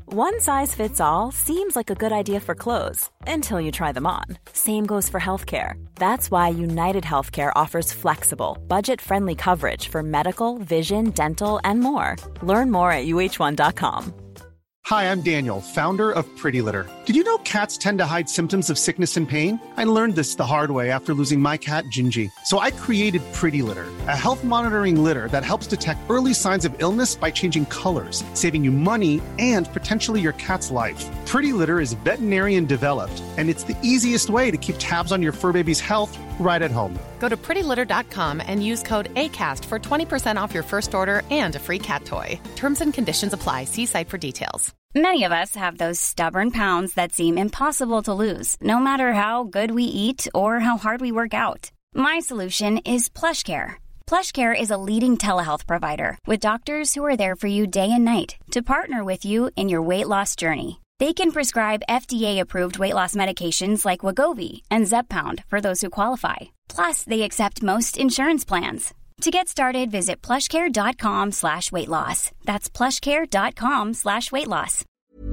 One size fits all seems like a good idea for clothes until you try them on. Same goes for healthcare. That's why United Healthcare offers flexible, budget-friendly coverage for medical, vision, dental, and more. Learn more at uh1.com. Hi, I'm Daniel, founder of Pretty Litter. Did you know cats tend to hide symptoms of sickness and pain? I learned this the hard way after losing my cat, Gingy. So I created Pretty Litter, a health monitoring litter that helps detect early signs of illness by changing colors, saving you money and potentially your cat's life. Pretty Litter is veterinarian developed, and it's the easiest way to keep tabs on your fur baby's health right at home. Go to prettylitter.com and use code ACAST for 20% off your first order and a free cat toy. Terms and conditions apply. See site for details. Many of us have those stubborn pounds that seem impossible to lose, no matter how good we eat or how hard we work out. My solution is PlushCare. PlushCare is a leading telehealth provider with doctors who are there for you day and night to partner with you in your weight loss journey. They can prescribe FDA-approved weight loss medications like Wegovy and Zepbound for those who qualify. Plus, they accept most insurance plans. To get started, visit plushcare.com/weightloss. That's plushcare.com/weightloss.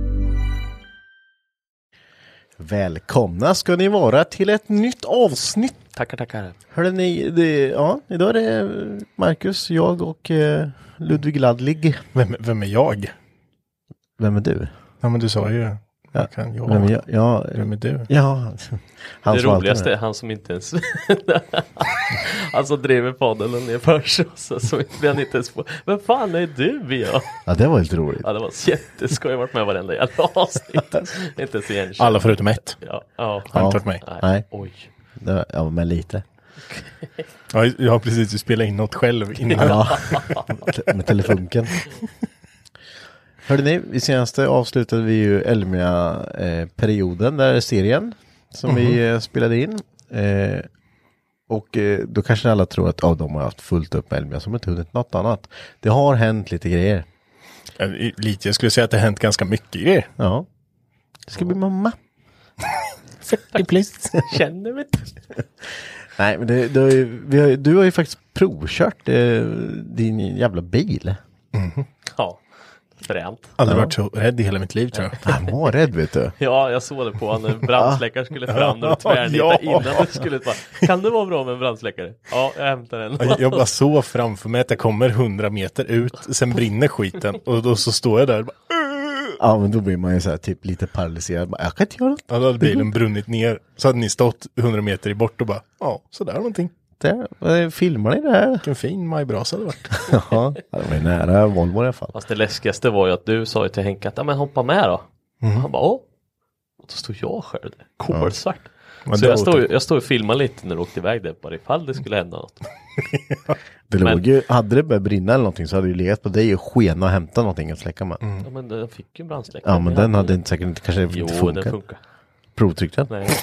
Välkomna ska ni vara till ett nytt avsnitt. Tackar. Hörde ni, idag är det Marcus, jag och Ludvig Ladlig. Vem är jag? Vem är du? Ja, men du sa ju. Ja. Vem är du? Ja, det roligaste är han som inte ens han som driver podden ungefär så blir han inte ens på. Vem fan är du? Ja, det var lite roligt. Ja, det var jätteskoj. Jag har varit med varenda jävla avsnitt. Inte så igen. Alla förutom ett. Ja. Har inte varit med? Nej. Oj. Ja, men lite. Ja, jag har precis spelat in något själv innan. Ja, med telefunken. Hörde ni, i senaste avslutade vi ju Elmia-perioden, där serien som vi spelade in. Och då kanske alla tror att de har haft fullt upp med Elmia som inte hunnit något annat. Det har hänt lite grejer. Lite, jag skulle säga att det har hänt ganska mycket grejer. Ja. Det ska bli mamma. 40 plus. Känner vi inte. Nej, men du har ju faktiskt provkört din jävla bil. Ja. Fränt. Aldrig varit så rädd i hela mitt liv, tror jag. Han var rädd, vet du. Ja, jag såg det på han. En brandsläckare skulle fram och tvärnita innan det skulle bara. Kan det vara bra med en brandsläckare? Ja, jag hämtar den. Jag bara så framför mig att jag kommer 100 meter ut, sen brinner skiten och då så står jag där och bara, ja, men då blir man ju så här typ lite paralyserad. Jag kan inte göra något. Ja, då hade bilen brunnit ner. Så hade ni stått 100 meter bort och bara, ja, sådär någonting. Där, filmar ni det här? Vilken fin majbrasa det varit. Ja, det var nära Volvo i alla fall. Fast det läskigaste var ju att du sa till Henke att, ja, men hoppa med då. Och han bara, och då stod jag själv där. Kolsvart. Ja. Så jag stod och filmade lite när du åkte iväg där, bara ifall det skulle hända något. Det låg ju, hade det börjat brinna eller någonting så hade du legat på dig och skena och hämta någonting att släcka med. Ja, men den fick ju en brandsläckare. Ja, men den hade inte säkert inte kanske inte funkat. Jo, den funkar. Provtryckte den? Nej.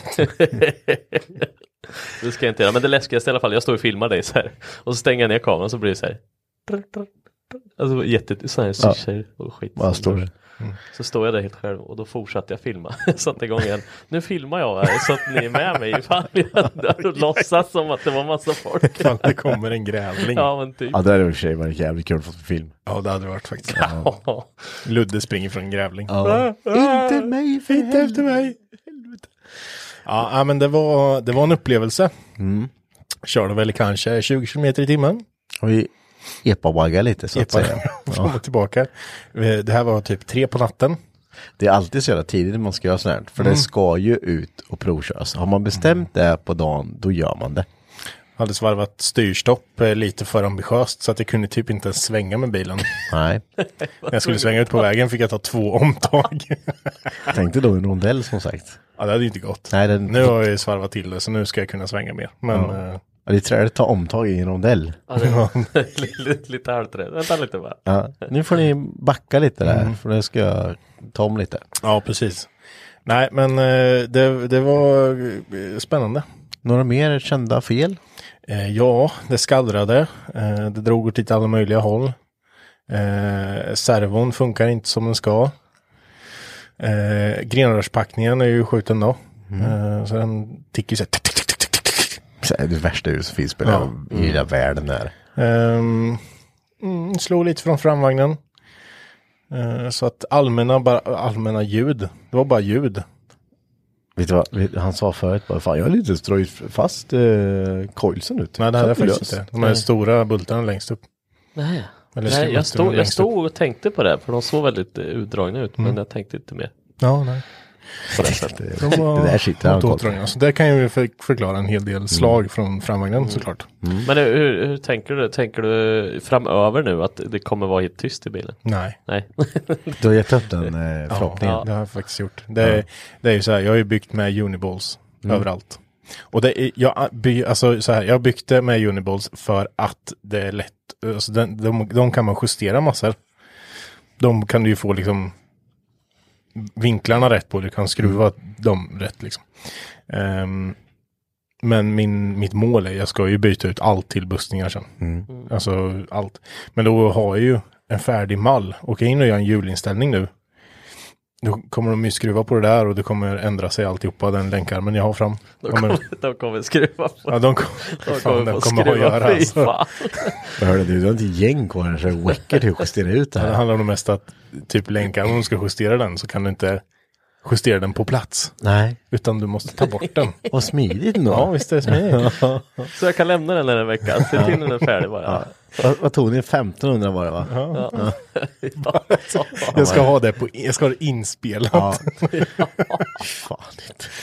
Det ska jag inte göra. Men det läskigaste i alla fall, jag står och filmar dig så här. Och så stänger jag ner kameran så blir det så här. Alltså så här syrsor och skit. Vad står det? Så står jag där helt själv och då fortsatte jag filma. Satte igång igen. Nu filmar jag här så att ni är med mig ifall jag låtsas som att det var massa folk. Ifall det kommer en grävling. Ja, men typ. Ja, det hade i och för sig varit jävligt kul att få film. Ja, det hade varit faktiskt. Ja. Ludde springer från en grävling. Ja. Inte mig, inte efter mig. Ja, men det var en upplevelse. Körde väl kanske 20 km i timmen. Och vi epawaggar lite så att säga. Fram och tillbaka. Det här var typ 3 på natten. Det är alltid så jävla tidigt när man ska göra sånt här. För det ska ju ut och provköras. Har man bestämt det på dagen, då gör man det. Jag hade svarvat styrstopp lite för ambitiöst så att jag kunde typ inte ens svänga med bilen. Nej. När jag skulle svänga ut på vägen fick jag ta 2 omtag. Tänkte då en rondell som sagt. Ja, det hade ju inte gått. Nej, nu har jag svarvat till det så nu ska jag kunna svänga mer. Men... Ja, det är trädet att ta omtag i en rondell. Ja, det var lite halvträd. Vänta lite bara. Ja, nu får ni backa lite där. För det ska jag ta om lite. Ja, precis. Nej, men det var spännande. Några mer kända fel? Ja, det skallrade. Det drog åt lite alla möjliga håll. Servon funkar inte som den ska. Grenrörspackningen är ju sjukt ändå. Så den tickar så här. Det är det värsta ur som finns i hela världen där. Slog lite från framvagnen. Så att allmänna ljud, det var bara ljud. Vet du vad han sa förut? Bara, fan, jag har lite ströjt fast coilsen ut. Nej, det här är faktiskt inte. De här stora bultarna längst upp. Nej, jag stod och tänkte på det. För de såg väldigt utdragna ut. Men jag tänkte inte mer. Ja, nej. På det sättet. Det där sitter så där kan ju förklara en hel del slag från framvagnen såklart. Men hur tänker du? Tänker du framöver nu att det kommer vara helt tyst i bilen? Nej. Du har gett upp den förhoppningen. Ja, det har jag faktiskt gjort. Det är ju så här, jag har ju byggt med uniballs överallt. Och det är, jag har byggt det med uniballs för att det är lätt. Alltså de kan man justera massor. De kan du ju få liksom vinklarna rätt på. Du kan skruva dem rätt liksom. Men mitt mål är, jag ska ju byta ut allt till bussningar sen. Alltså allt. Men då har jag ju en färdig mall. Åka in och göra en hjulinställning nu. Då kommer de ju skruva på det där och det kommer ändra sig alltihopa, den länkarmen jag har fram. De kommer skruva på det. Ja, de kommer att göra. Alltså. Jag hörde du har inte gäng kvar här så det räcker till att justera ut det här. Det handlar om mest att typ länkarmen, om du ska justera den så kan du inte justera den på plats. Nej. Utan du måste ta bort den. Vad smidigt då. Ja, visst är det smidigt. Så jag kan lämna den en vecka. Se till när den är färdig bara. Ja. Vad tog ni? 1500 var det va? Ja. Jag ska ha det inspelat. Ja. Fanigt.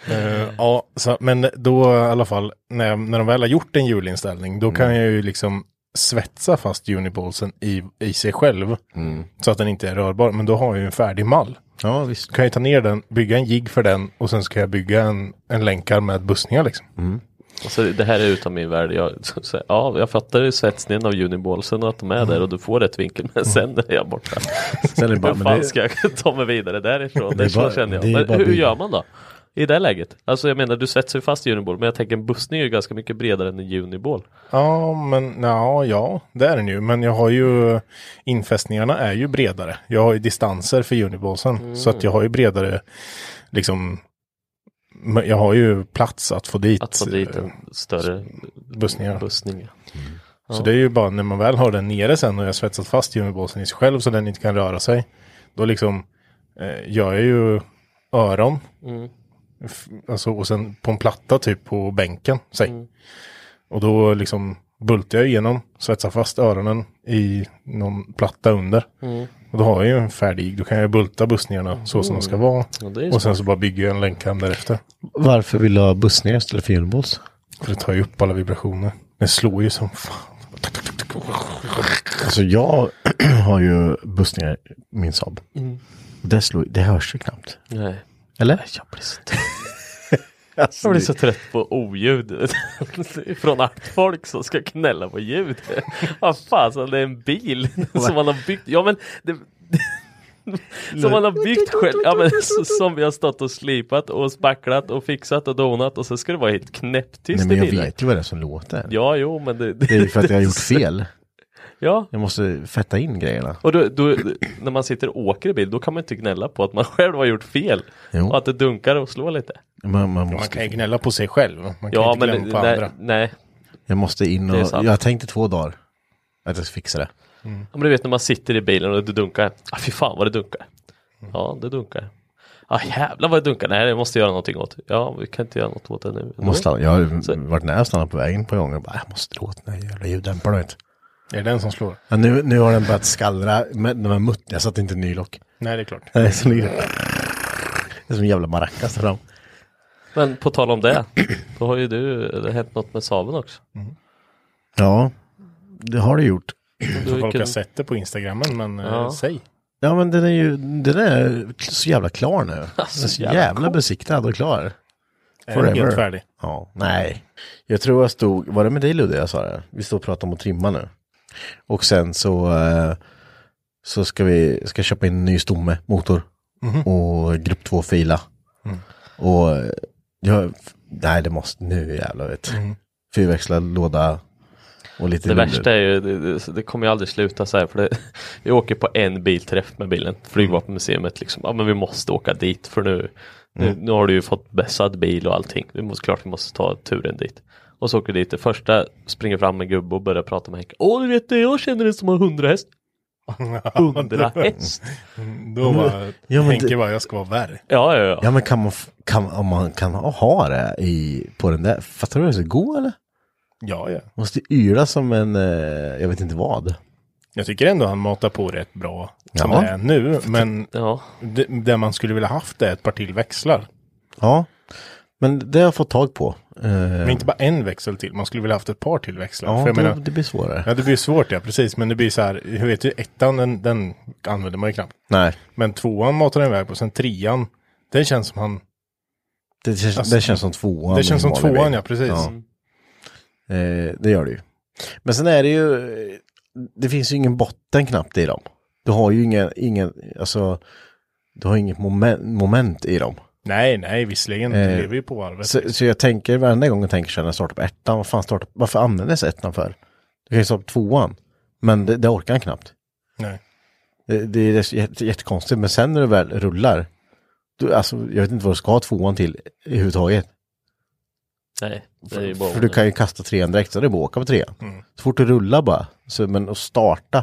Men då i alla fall när de väl har gjort en hjulinställning då kan jag ju liksom svetsa fast uniballsen i sig själv så att den inte är rörbar. Men då har jag ju en färdig mall. Ja, visst. Kan jag ta ner den, bygga en jigg för den och sen ska jag bygga en länkar med bussningar liksom. Alltså, det här är utan min värld. Jag fattar ju svetsningen av uniballsen och att de är där och du får rätt vinkel. Men sen är jag borta. Sen är det bara, hur fan ska jag ta mig vidare därifrån? Det så känner jag. Men hur gör man då? I det läget? Alltså jag menar, du svetsar ju fast i uniball. Men jag tänker en bussning är ju ganska mycket bredare än en uniball. Ja, men ja, det är den ju. Men jag har ju, infästningarna är ju bredare. Jag har ju distanser för uniballsen. Så att jag har ju bredare, liksom, jag har ju plats att få dit en större bussningar. Ja. Så det är ju bara när man väl har den nere sen och jag svetsat fast uniballsen i sig själv så den inte kan röra sig. Då liksom gör jag ju öron. Alltså, och sen på en platta typ på bänken. Och då liksom bultar jag igenom, svetsar fast öronen i någon platta under. Och då har jag ju en färdig. Då kan jag bulta bussningarna så som de ska vara. Och sen så bara bygger jag en länkarm därefter. Varför vill du ha bussningar istället för uniballs? För det tar ju upp alla vibrationer. Den slår ju som fan. Alltså jag har ju bussningar min Saab. Det hörs ju knappt. Nej. Eller? Jag blir så trött på oljud från folk som ska knälla på ljud. Vad fan, så det är en bil som man har byggt. Ja, men som man har byggt själv. Ja, men som vi har stått och slipat och spacklat och fixat och donat och så ska det vara helt knäpptyst i bilen. Men jag vet ju vad det är som låter. Ja, jo, men det är ju för att jag har gjort fel. Ja. Jag måste fetta in grejerna. Och då, när man sitter och åker i bil, då kan man inte gnälla på att man själv har gjort fel. Och att det dunkar och slår lite. Man kan ju gnälla på sig själv. Man kan inte gnälla på andra. Nej. Jag måste in och... Jag tänkte 2 dagar att jag ska fixa det. Men du vet när man sitter i bilen och det dunkar. Fy fan vad det dunkar. Ja, det dunkar. Jävlar vad det dunkar. Nej, det måste göra någonting åt. Ja, vi kan inte göra något åt det nu. Jag har varit nära att stanna på vägen på gånger. Jag måste låta den här jävla ljuddämparen ut. Är det den som slår? Ja, nu har den börjat skallra med de här muttniga så att det inte är nylock. Nej, det är klart. Det är som en jävla maracas där fram. Men på tal om det, då har ju det hänt något med Saaben också. Ja, det har det gjort. Folk har sett det på Instagrammen, men säg. Ja, men den är så jävla klar nu. Alltså, den är så jävla besiktad och klar. Är den helt färdig? Ja, nej. Jag tror jag stod, var det med dig Ludde jag sa det? Vi står och pratar om att trimma nu. Och sen så ska jag köpa in en ny stomme, motor. Och grupp 2 fila. Och det måste nu jävlar vet. Fyrväxlad låda och lite. Det värsta är ju, det kommer ju aldrig sluta så här. För vi åker på en bilträff med bilen. Flygvapenmuseet liksom. Ja, men vi måste åka dit för nu har du ju fått bässad bil och allting. Vi måste ta turen dit. Och så åker dit. Det första springer fram med gubbe och börjar prata med Henke. Du vet det, jag känner det som har 100 häst. 100 häst. Då var Henke vad jag ska vara värre. Ja. Ja, men om man kan ha det på den där, fattar du hur det ska gå eller? Ja. Måste yra som en, jag vet inte vad. Jag tycker ändå han matar på rätt bra som det är nu. Men det man skulle vilja haft är ett par till växlar. Ja, men det har jag fått tag på. Men inte bara en växel till. Man skulle vilja haft ett par till växlar. Ja, för jag menar, det blir svårare. Ja, det blir svårt, ja, precis. Men det blir så här, hur vet du, ettan, den använder man ju knappt. Nej. Men tvåan matar den iväg på, sen trean, det känns som han... Det känns som tvåan. Det känns som tvåan, ja, precis. Ja. Det gör det ju. Men sen är det ju, det finns ju ingen botten knappt i dem. Du har ju ingen alltså, du har inget moment i dem. Nej, visserligen. Det lever ju på varvet. Så jag tänker, varenda gång jag tänker så när jag startar på ettan, varför användes ettan för? Du kan ju starta på tvåan, men det orkar han knappt. Nej. Det är jättekonstigt, men sen när du väl rullar, alltså, jag vet inte vad du ska ha tvåan till i huvudtaget. Nej, det är ju bara... För du kan ju kasta trean direkt, så det är bara åka på trean. Så fort du rullar bara, men att starta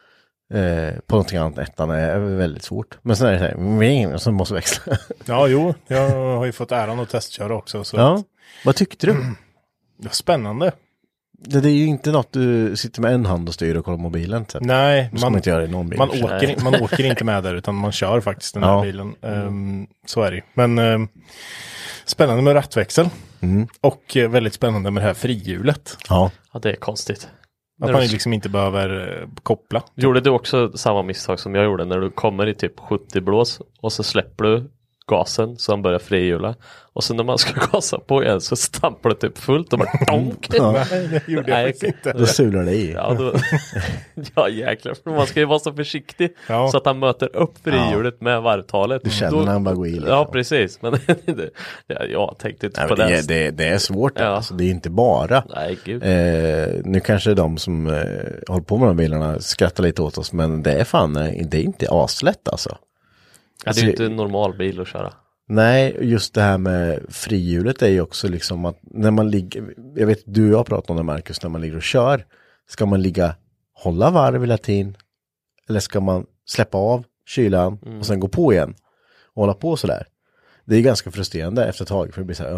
på någonting annat ettan är väldigt svårt. Men sen är det så här, så måste växla. Ja, jo, jag har ju fått äran att testköra också. Så ja, vad tyckte du? Ja, spännande. Det är ju inte något du sitter med en hand och styr och kollar mobilen. Typ. Nej, man inte göra i någon bil. Man åker inte med där, utan man kör faktiskt den här bilen. Så är det. Men spännande med rattväxel. Och väldigt spännande med det här frihjulet. Ja, det är konstigt. Att man liksom inte behöver koppla. Gjorde du också samma misstag som jag gjorde när du kommer i typ 70 blås och så släpper du gasen så han börjar frihjula. Och sen när man ska gasa på igen så stampar det typ fullt och bara donk. Nej, det gjorde jag faktiskt inte. Då sular det i. Ja, jäklar. För man ska ju vara så försiktig så att han möter upp frihjulet med varvtalet. Du känner när han bara går i. Liksom. Ja, precis. Men jag tänkte inte på det. Det är svårt. Ja. Alltså, det är inte bara. Nej, gud. Nu kanske de som håller på med de bilarna skrattar lite åt oss, men det är fan, det är inte aslätt alltså. Ja, det är ju inte en normal bil att köra. Nej, just det här med frihjulet är ju också liksom att när man ligger, jag vet du och jag pratar om det, Marcus, när man ligger och kör, ska man hålla varv hela tiden, eller ska man släppa av kylan och sen gå på igen och hålla på sådär. Det är ganska frustrerande efter ett tag, för det blir så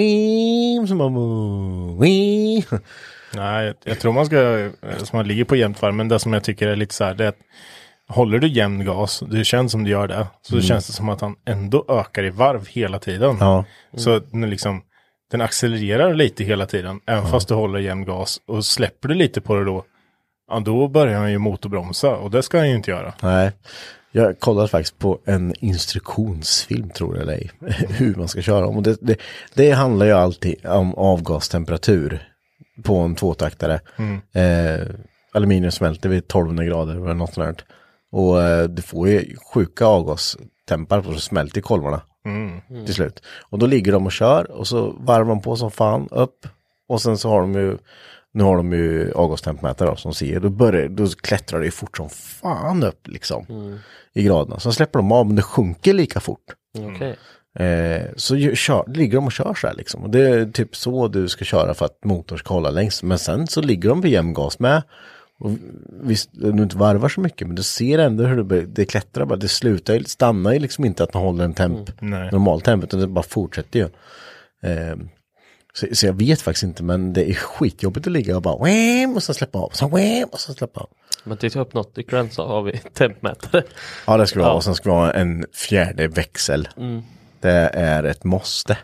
här, Nej, jag tror man ska, som man ligger på jämnt varv, men det som jag tycker är lite så här, det är att håller du jämn gas, det känns som du gör det, så känns det som att han ändå ökar i varv hela tiden. Ja. Så liksom, den accelererar lite hela tiden, även fast du håller jämn gas. Och släpper du lite på det då börjar han ju motorbromsa, och det ska han ju inte göra. Nej, jag kollade faktiskt på en instruktionsfilm, tror jag eller ej, hur man ska köra. Och det handlar ju alltid om avgastemperatur på en tvåtaktare. Aluminium smälter vid 1200 grader eller något sånt. Och du får ju sjuka avgastempar på, så smälter i kolvarna till slut. Och då ligger de och kör, och så varvar de på som fan upp. Och sen så har de ju avgastempmätare som ser. Då klättrar det ju fort som fan upp liksom i graderna. Så släpper de av, men det sjunker lika fort. Okay. Så ligger de och kör så här liksom. Och det är typ så du ska köra för att motorn ska hålla längst. Men sen så ligger de på jämn gas med. Och visst, du inte varvar så mycket, men du ser ändå hur det klättrar bara. Det stannar ju liksom inte att man håller en normal temp, utan det bara fortsätter ju. Så jag vet faktiskt inte, men det är skitjobbigt att ligga och bara och så släppa av, och så släppa av. Men titta upp något i gränsen har vi tempmätare. Ja, det ska vi ha, och sen ska vi ha en fjärde växel. Det är ett måste.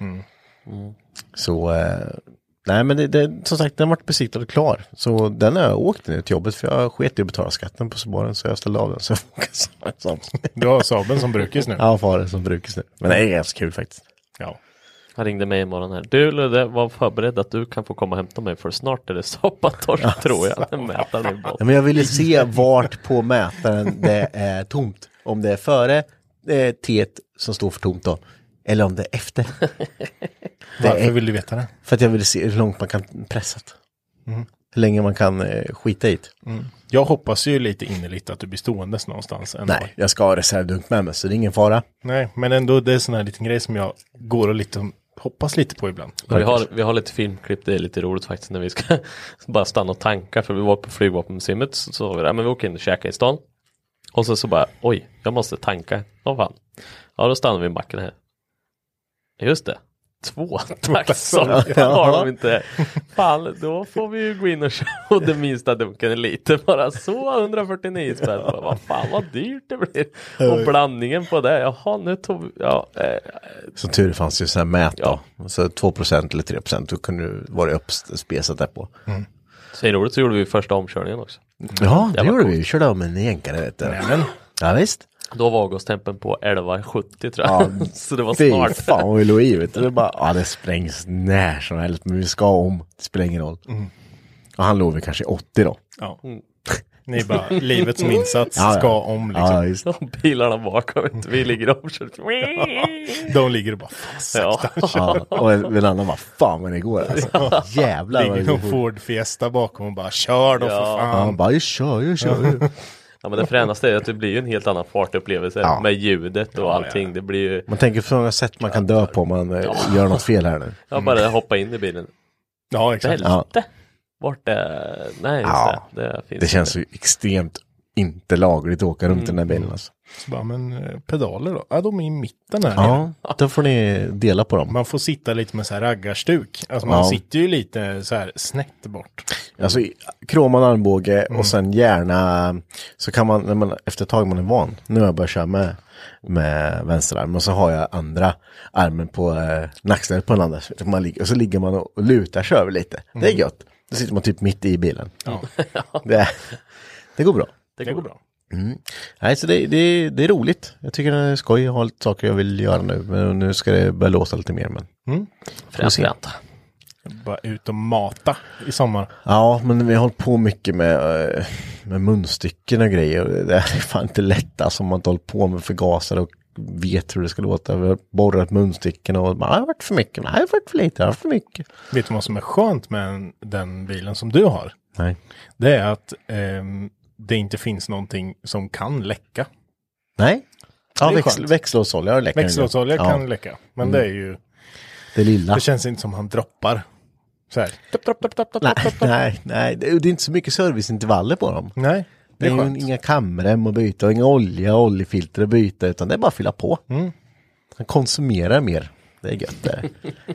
Så nej, men det som sagt, den har varit besiktad och klar. Så den har jag åkt ner till jobbet, för jag sket i att betala skatten på Subaru, så jag ställde av den. Så jag du har Saaben som brukis nu? Ja, far som brukis nu. Men det är ganska kul faktiskt. Ja. Han ringde mig imorgon här. Du, det var förberedd att du kan få komma och hämta mig, för snart är det soppatorsk, tror jag. Den mätaren ja, men jag ville se vart på mätaren det är tomt. Om det är före T som står för tomt då. Eller om det är efter. Varför vill du veta det? För att jag vill se hur långt man kan pressa det. Hur länge man kan skita i det. Jag hoppas ju lite innerligt att du blir ståendes någonstans. Ändå. Nej, jag ska ha reservdunk med mig, så det är ingen fara. Nej, men ändå det är sån här liten grej som jag går och lite hoppas lite på ibland. Vi har lite filmklipp, det är lite roligt faktiskt när vi ska bara stanna och tanka, för vi var på flygvapenmuseet, så sa vi där, men vi åker in och käkar i stan. Och så bara, oj, jag måste tanka. Vad fan? Ja, då stannar vi i macken här. Just det. 2 taxar har de inte. Fan, då får vi ju gå in och köra. Och det minsta dunken är lite. Bara så 149 spänn. Vad fan, vad dyrt det blir. Och blandningen på det. Jaha, nu tog vi... Ja, som tur fanns ju så här mät då. Så 2% eller 3%. Då kunde du vara uppspesat där på. Så roligt, så gjorde vi första omkörningen också. Ja, det gjorde vi. Vi körde om en jänkare, vet du. Ja, visst. Då var avgångstempen på 11,70 tror jag. Ja, så det var snart. Fan vad vi låg i, vet du. Det bara, det sprängs när som helst. Men vi ska om. Det spelar ingen roll. Och han låg vi kanske 80 då. Ja. Ni bara, livet som insats ska om liksom. Ja, just. Och bilarna bakom, vi ligger omkört. De ligger och bara, ja. Och en annan bara, fan vad det går alltså. Jävlar. Ligger någon Ford Fiesta bakom och bara, kör då för fan. Ja, bara, jag kör. Ja, men det fränaste är att det blir ju en helt annan fartupplevelse med ljudet och allting. Det blir ju... Man tänker på några sätt man kan dö på om man gör något fel här nu. Ja, bara hoppa in i bilen. Ja, exakt. Helvete. Vart är... Nej, just det finns det känns ju extremt inte lagligt att åka runt den här bilen alltså. Så bara, men pedaler då? Ja, de är i mitten här. Ja, då får ni dela på dem. Man får sitta lite med så här raggarstuk. Alltså man sitter ju lite så här snett bort. Alltså kromad armbåge och sen gärna så kan man, när man efter ett tag man är van. Nu har jag börjat köra med vänsterarm och så har jag andra armen på nackstället på den andra. Och så ligger man och lutar sig över lite. Det är gött. Då sitter man typ mitt i bilen. Ja. Det går bra. Det går bra. Nej, så det är roligt. Jag tycker det är skoj. Jag har lite saker jag vill göra nu. Men nu ska det börja låsa lite mer. Men fränt. Bara ut och mata i sommar. Ja, men vi har hållit på mycket med munstycken och grejer. Det är fan inte lätt alltså, om man inte håller på med förgasare och vet hur det ska låta. Vi har borrat munstycken och det har varit för mycket. Det har varit för lite, det har varit för mycket. Vet du vad som är skönt med den bilen som du har? Nej. Det är att det inte finns någonting som kan läcka. Nej. Ja, växellådsolja läcker. Växellådsolja kan läcka. Men det är ju... Det lilla. Det känns inte som han droppar. Så här. Nej. Det är inte så mycket serviceintervaller på dem. Nej. Det är ju inga kamrem att byta och inga oljefilter att byta, utan det är bara att fylla på. Han konsumerar mer. Det är gött det.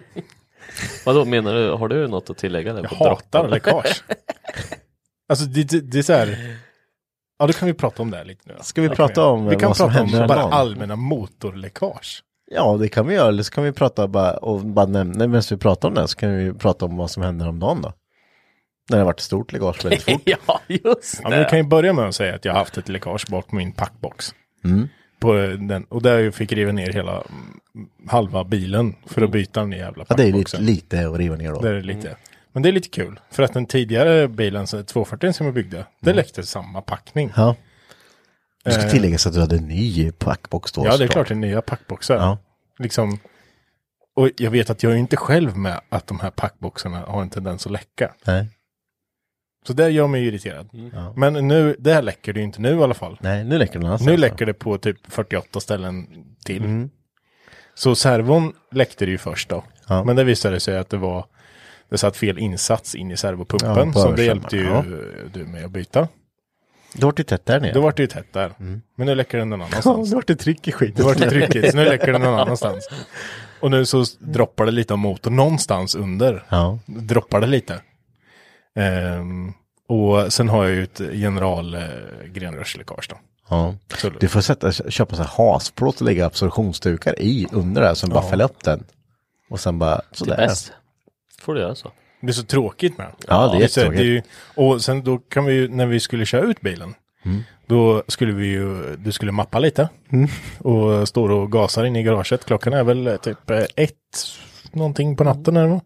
Vadå menar du? Har du något att tillägga där? Jag hatar läckage. Alltså det är så här... Ja, då kan vi prata om det här lite nu. Ska vi prata om vad som händer? Bara allmänna motorläckage. Ja, det kan vi göra. Eller så kan vi prata bara nämna, medan vi pratar om det så kan vi prata om vad som händer om dagen då. När det har varit stort läckage väldigt fort. Ja, just det. Ja, men vi kan ju börja med att säga att jag har haft ett läckage bak på min packbox. På den, och där jag fick riva ner hela halva bilen för att byta den jävla packboxen. Det är lite att riva ner då. Det är lite. Men det är lite kul. För att den tidigare bilen, 240 som jag byggde, det läckte samma packning. Ja. Du ska tillägga så att du hade en ny packbox då. Ja, det är klart det är nya packboxar. Ja. Liksom, och jag vet att jag är inte själv med att de här packboxarna har en tendens att läcka. Nej. Så där gör mig irriterad. Ja. Men nu, det här läcker det ju inte nu i alla fall. Nej, nu läcker det någonstans. Nu läcker det på typ 48 ställen till. Så servon läckte det ju först då. Ja. Men det visade sig att det satt fel insats in i servopumpen. Så det hjälpte ju du med att byta. Då var det tätt där nere. Då var det ju tätt där. Men nu läcker den någon annanstans. Ja, då var det tryck i skiten. Det var det tryckigt, så nu läcker den någon annanstans. Och nu så droppar det lite av motorn någonstans under. Ja. Droppar det lite. Och sen har jag ju ett grenrörsläckage då. Ja. Du får köpa så här hasplåt och lägga absorptionsstukar i under där som bara fäller upp den. Och sen bara sådär. Det är bäst. Får du göra så. Det är så tråkigt med. Ja, det är jättetråkigt. Och sen då kan vi ju, när vi skulle köra ut bilen, då skulle du skulle mappa lite. Och står och gasar in i garaget. Klockan är väl typ 1 någonting på natten eller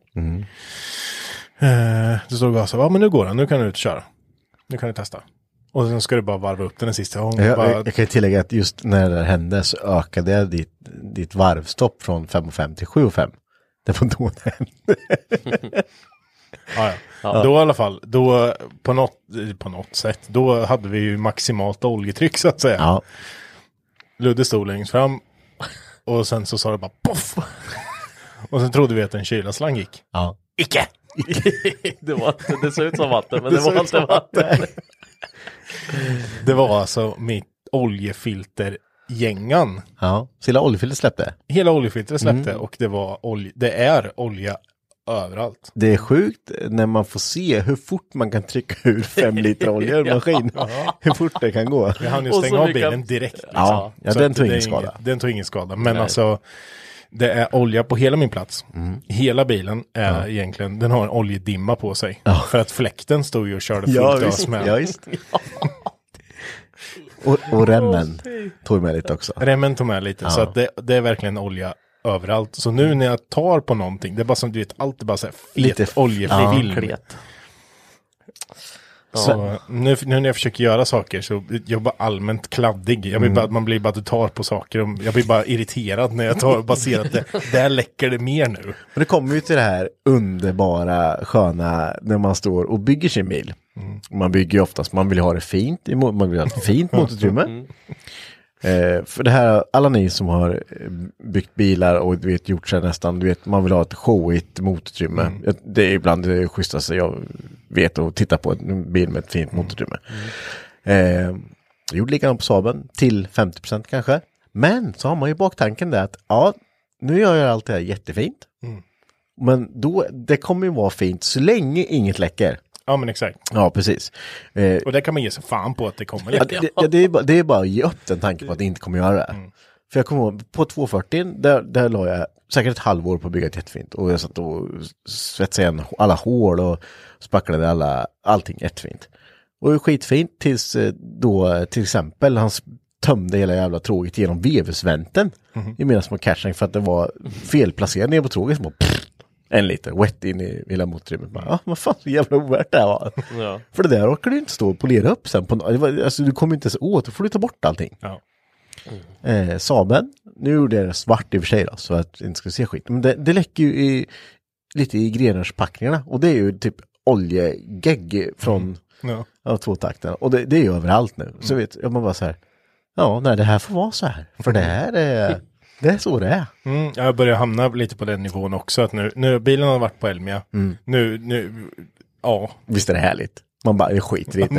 du står och gasar. Ja, men nu går den. Nu kan du ut och köra. Nu kan du testa. Och sen ska du bara varva upp den sista gången. Jag kan ju tillägga att just när det hände så ökade jag ditt varvstopp från 5,5 till 7,5. Det var då det hände. Ja. Då i alla fall, då på något sätt, då hade vi ju maximalt oljetryck så att säga. Ja. Ludde stod längst fram och sen så sa det bara poff. Och sen trodde vi att en kylaslang gick. Ja. Icke! Det såg ut som vatten, men det var inte vatten. Det var alltså mitt oljefiltergängan. Ja, så hela oljefiltret släppte. Hela oljefiltret släppte och det är olja överallt. Det är sjukt när man får se hur fort man kan trycka ur 5 liter olja ur maskin. Hur fort det kan gå. Jag hann ju stänga av bilen direkt. Liksom. Ja, den tog ingen skada. Den tog ingen skada. Men alltså, det är olja på hela min plats. Hela bilen är egentligen, den har en oljedimma på sig. Ja. För att fläkten stod ju och körde fullt ös med. Ja, visst. Och remmen tog med lite också. Remmen tog med lite, så att det är verkligen olja överallt. Så nu när jag tar på någonting, det är bara som du vet, allt är bara så här fet lite oljefilm. Så nu när jag försöker göra saker så jag är bara allmänt kladdig. Jag blir man blir bara att du tar på saker. Jag blir bara irriterad när jag tar och bara ser att där läcker det mer nu. Men det kommer ju till det här underbara, sköna när man står och bygger sin bil. Man bygger ju oftast, man vill ha det fint, man vill ha ett fint motorutrymme. För det här, alla ni som har byggt bilar och du vet, gjort sig nästan, du vet, man vill ha ett showigt motorutrymme. Det är ibland det schysstaste jag vet att titta på en bil med ett fint motorutrymme. Jag gjorde likadant på Saaben till 50% kanske. Men så har man ju baktanken där att nu gör jag allt det här jättefint. Men då, det kommer ju vara fint så länge inget läcker. Ja, men exakt. Ja, precis. Och det kan man ge sig fan på att det kommer läcka. Det är bara att ge upp den tanken på att det inte kommer göra det. För jag kommer ihåg, på 240, där la jag säkert ett halvår på att bygga ett jättefint. Och jag satt och svetsade igen alla hål och spacklade allting jättefint. Och det var skitfint tills då till exempel han tömde hela jävla tråget genom vevhusvänten i mina små caching för att det var felplacerat ner på tråget. Som en liter wet in i hela motorrymmet. Vad fan så jävla ovärt det här var. Ja. För det där orkar du inte stå och polera upp sen. Alltså du kommer inte ens åt, då får du ta bort allting. Ja. Saaben, nu gjorde jag det svart i och för sig då, så att det inte ska se skit. Men det läcker ju lite i grenörspackningarna. Och det är ju typ oljegegg från tvåtakterna. Och det är ju överallt nu. Så vet jag, man bara så här, det här får vara så här. För det här är... Det är så det är. Jag börjar hamna lite på den nivån också. Att nu bilen har varit på Elmia. Visst är det härligt. Man bara, skiter i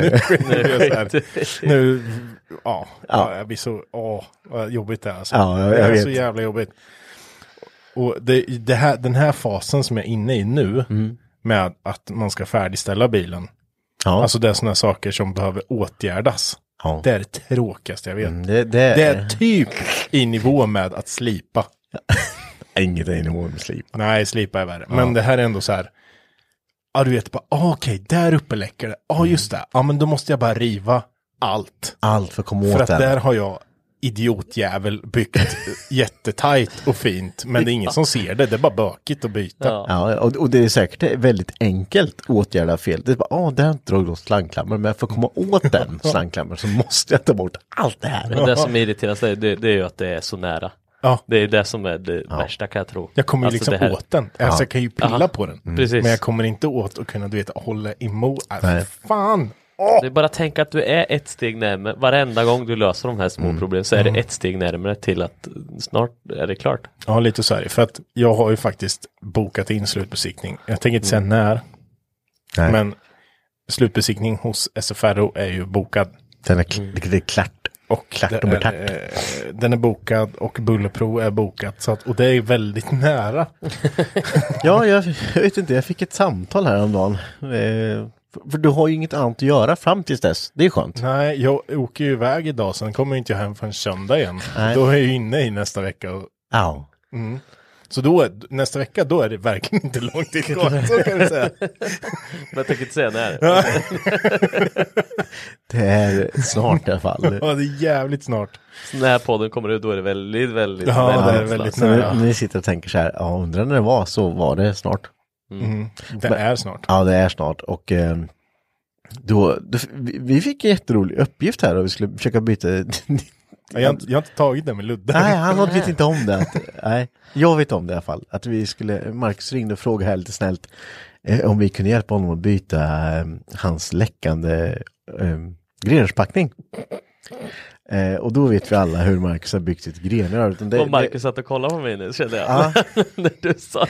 det. Jag blir så, vad jobbigt det är. Alltså. Det är så jävla jobbigt. Och den här fasen som jag är inne i nu, med att man ska färdigställa bilen. Ja. Alltså det är sådana saker som behöver åtgärdas. Ja. Det är det tråkigaste jag vet. Det är typ i nivå med att slipa. Inget är i nivå med slipa. Nej, slipa är värre. Men det här är ändå så här. Du vet bara, okej, där uppe läcker det. Just det. Men då måste jag bara riva allt. Allt för att komma åt för att där har jag idiotjävel byggt jättetajt och fint. Men det är ingen som ser det. Det är bara bökigt att byta. Ja, och det är säkert väldigt enkelt att åtgärda fel. Det är bara, där har inte dragit åt slangklammer. Men för att komma åt den slangklammer så måste jag ta bort allt det här. Och det som irriterar sig, det är ju att det är så nära. Ja. Det är det som är det värsta, kan jag tro. Jag kommer ju liksom åt den. Alltså jag kan ju pilla på den. Men jag kommer inte åt att kunna, hålla emot. Fan! Det är bara att tänka att du är ett steg närmare. Varenda gång du löser de här små problemen så är det ett steg närmare till att snart är det klart. Ja, lite så är det. För att jag har ju faktiskt bokat in slutbesiktning. Jag tänker inte säga när. Nej. Men slutbesiktning hos SFRO är ju bokad. Den är klart. Och den är bokad och bullerprov är bokat. Så och det är väldigt nära. Ja, jag vet inte. Jag fick ett samtal här om dagen. För du har ju inget annat att göra fram tills dess. Det är skönt. Nej, jag åker ju iväg idag. Sen kommer inte jag hem för en söndag igen. Då är jag ju inne i nästa vecka. Så då, nästa vecka, då är det verkligen inte långt till kvar. Så kan du säga. Men jag tänker inte säga när. Det är snart i alla fall. Ja, det är jävligt snart. Så när podden kommer ut, då är det väldigt det är väldigt nära. När ni sitter och tänker så här, undrar när det var, så var det snart. Det är snart. Ja, det är snart. Och då vi fick en jätterolig uppgift här och vi skulle försöka byta. Jag har inte tagit det med Ludde. Nej, han vet inte om det. Nej, jag vet om det i alla fall. Att Marcus ringde och frågade här lite snällt om vi kunde hjälpa honom att byta hans läckande grenörspackning. Och då vet vi alla hur Marcus har byggt sitt grenrör. Och Marcus satt och kollade på mig nu, kände jag. När du sa.